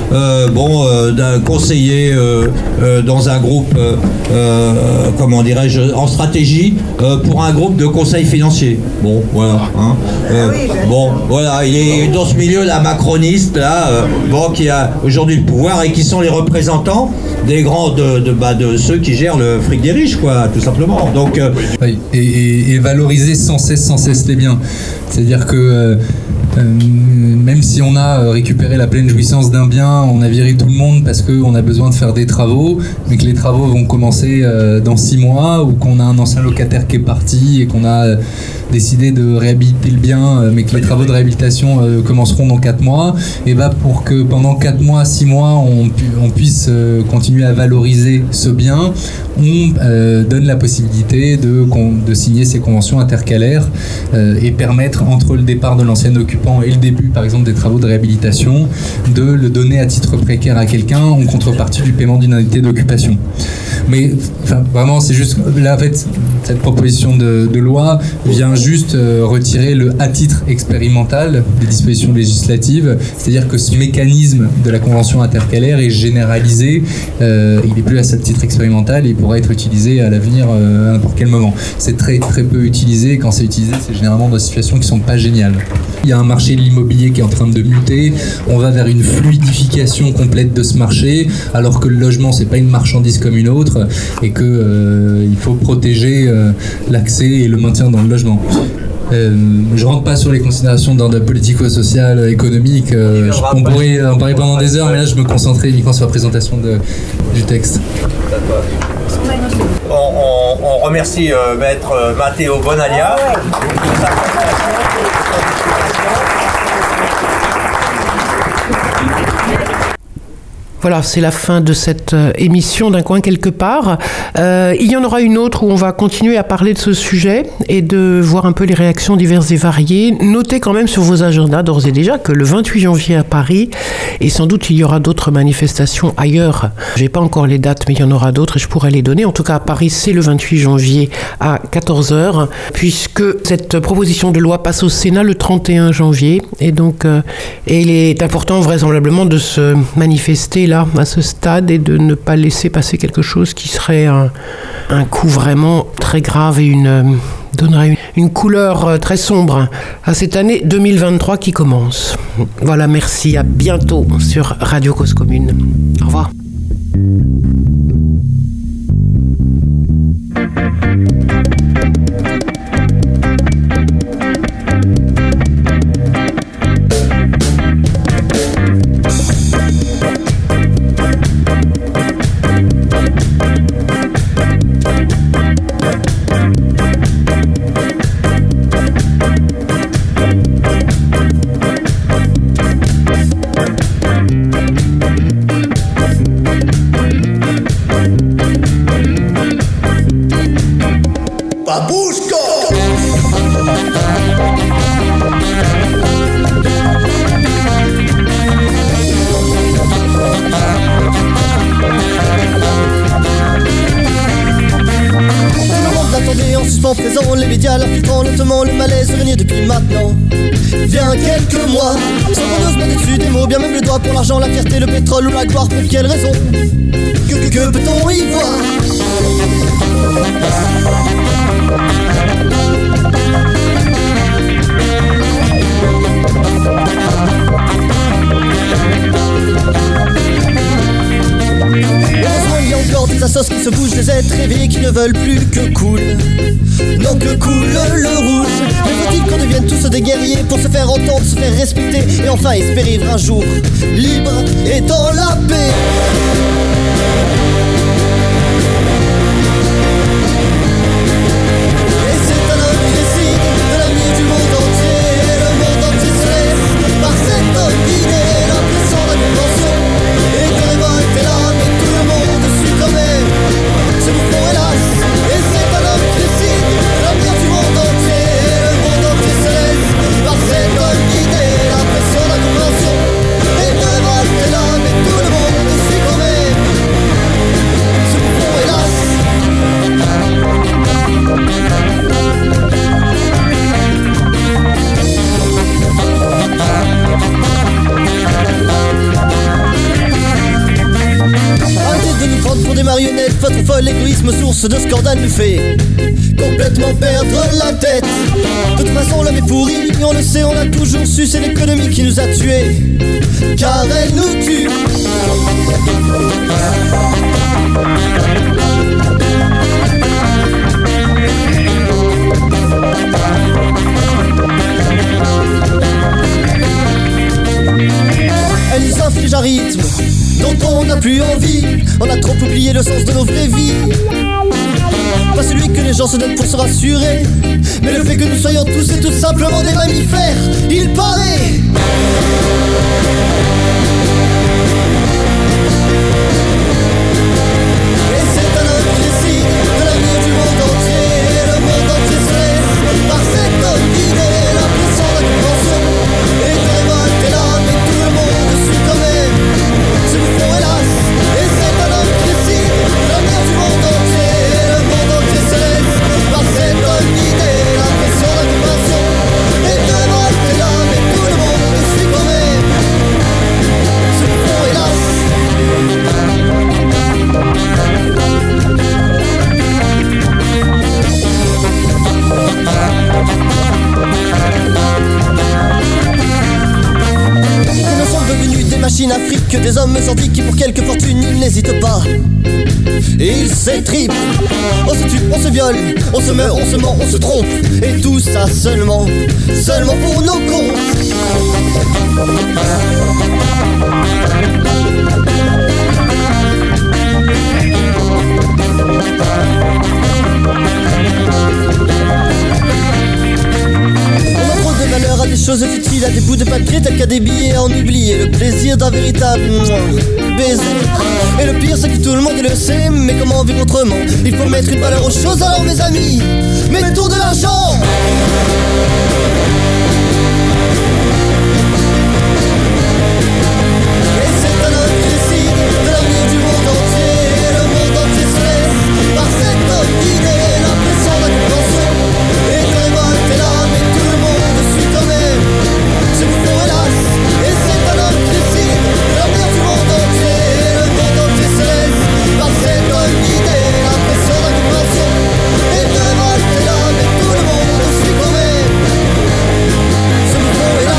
d'un conseiller dans un groupe, comment dirais-je, en stratégie pour un groupe de conseil financier. Bon, voilà. Hein. Bon, voilà, il est dans ce milieu, là, macroniste, là, qui a aujourd'hui le pouvoir et qui sont les représentants des grands, de ceux qui gèrent le fric des riches, quoi, tout simplement. Donc, oui, et valoriser sans cesse les biens. C'est-à-dire que même si on a récupéré la pleine jouissance d'un bien, on a viré tout le monde parce qu'on a besoin de faire des travaux, mais que les travaux vont commencer dans 6 mois, ou qu'on a un ancien locataire qui est parti et qu'on a décidé de réhabiliter le bien, mais que les travaux de réhabilitation commenceront dans 4 mois, et pour que pendant 4 mois, 6 mois, on puisse continuer à valoriser ce bien, on donne la possibilité de signer ces conventions intercalaires et permettre, entre le départ de l'ancien occupant et le début, par exemple, des travaux de réhabilitation, de le donner à titre précaire à quelqu'un en contrepartie du paiement d'une indemnité d'occupation. Mais vraiment, c'est juste là, en fait, cette proposition de loi vient juste retirer le à titre expérimental des dispositions législatives, c'est-à-dire que ce mécanisme de la convention intercalaire est généralisé, il n'est plus à ce titre expérimental et il pourra être utilisé à l'avenir à n'importe quel moment. C'est très très peu utilisé, et quand c'est utilisé, c'est généralement dans des situations qui ne sont pas géniales. Il y a un marché de l'immobilier qui est en train de muter, on va vers une fluidification complète de ce marché, alors que le logement, c'est pas une marchandise comme une autre, et que il faut protéger l'accès et le maintien dans le logement. Je rentre pas sur les considérations d'ordre politico-social, économique. On pourrait en parler pendant des heures, mais là je me concentrais uniquement sur la présentation du texte. On remercie maître Matteo Bonalia. Voilà, c'est la fin de cette émission d'Un coin quelque part. Il y en aura une autre où on va continuer à parler de ce sujet et de voir un peu les réactions diverses et variées. Notez quand même sur vos agendas d'ores et déjà que le 28 janvier à Paris, et sans doute il y aura d'autres manifestations ailleurs. Je n'ai pas encore les dates, mais il y en aura d'autres et je pourrai les donner. En tout cas, à Paris, c'est le 28 janvier à 14h, puisque cette proposition de loi passe au Sénat le 31 janvier. Et donc, il est important vraisemblablement de se manifester là, à ce stade, et de ne pas laisser passer quelque chose qui serait un coup vraiment très grave et donnerait une couleur très sombre à cette année 2023 qui commence. Voilà, merci, à bientôt sur Radio Cause Commune. Au revoir. Présent, les médias l'infiltrant lentement, le malaise régné depuis maintenant bien quelques mois. Sans qu'on ose mettre dessus des mots, bien même le doigt pour l'argent, la fierté, le pétrole ou la gloire. Pour quelle raison? Que peut-on y voir? Heureusement il y a encore des assos qui se bougent, des êtres réveillés qui ne veulent plus que coule. Non, que coule le rouge. Mais faut-il qu'on devienne tous des guerriers pour se faire entendre, se faire respecter et enfin espérer vivre un jour libre et dans la paix? source de scandale nous fait complètement perdre la tête. De toute façon l'homme est pourri, on le sait, on l'a toujours su, c'est l'économie qui nous a tués, car elle nous tue. Elle nous inflige un rythme dont on n'a plus envie. On a trop oublié le sens de nos vraies vies. Pas celui que les gens se donnent pour se rassurer, mais le fait que nous soyons tous et tout simplement des mammifères, il paraît. Et c'est un homme qui décide de l'avenir du monde entier. Et le monde entier se laisse par cet homme guidé, l'impression d'incompréhension et de révolte est là, mais tout le monde suit quand même ce mouvement, hélas. Et c'est un homme qui décide de l'avenir du monde entier. Et le monde entier se laisse par cet homme guidé, l'impression d'incompréhension et de révolte est là, mais tout le monde suit quand même ce mouvement, hélas. Nous ne sommes devenus des machines à fric, que des hommes sordis qui pour quelques fortunes ils n'hésitent pas. Et ils s'étripent, on se tue, on se viole, on se meurt, on se ment, on se trompe. Et tout ça seulement pour nos comptes. On a trop de valeur à des choses futiles, à des bouts de papier tels qu'à des billets, à en oublier le plaisir d'un véritable baiser. Et le pire c'est que tout le monde le sait, mais comment vivre autrement? Il faut mettre une valeur aux choses, alors mes amis, mettons de l'argent. Et c'est un homme qui décide de l'avenir du monde entier. Et le monde entier se laisse par cet homme guidé, l'impression d'incompréhension et de révolte est là, mais tout le monde suit quand même ce mouvement, hélas. Et c'est un homme qui décide de l'avenir du monde entier. Et le monde entier se laisse par cet homme guidé, l'impression d'incompréhension et de révolte est là, mais tout le monde suit quand même ce mouvement, hélas.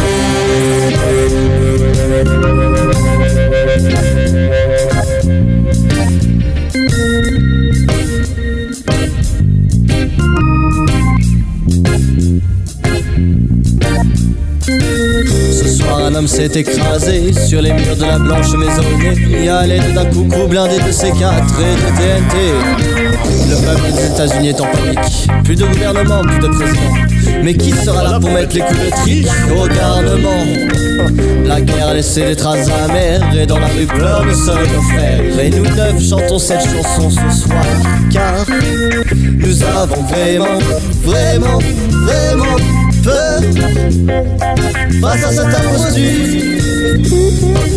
Ce soir un homme s'est écrasé sur les murs de la blanche maisonnée à l'aide d'un coucou blindé de C4 et de TNT. Le peuple des États-Unis est en panique. Plus de gouvernement, plus de président. Mais qui sera là pour mettre les coups de trick au garnement? La guerre a laissé des traces amères et dans la rue pleurent nos seuls nos frères. Et nous neuf chantons cette chanson ce soir, car nous avons vraiment peur face à cette imposture.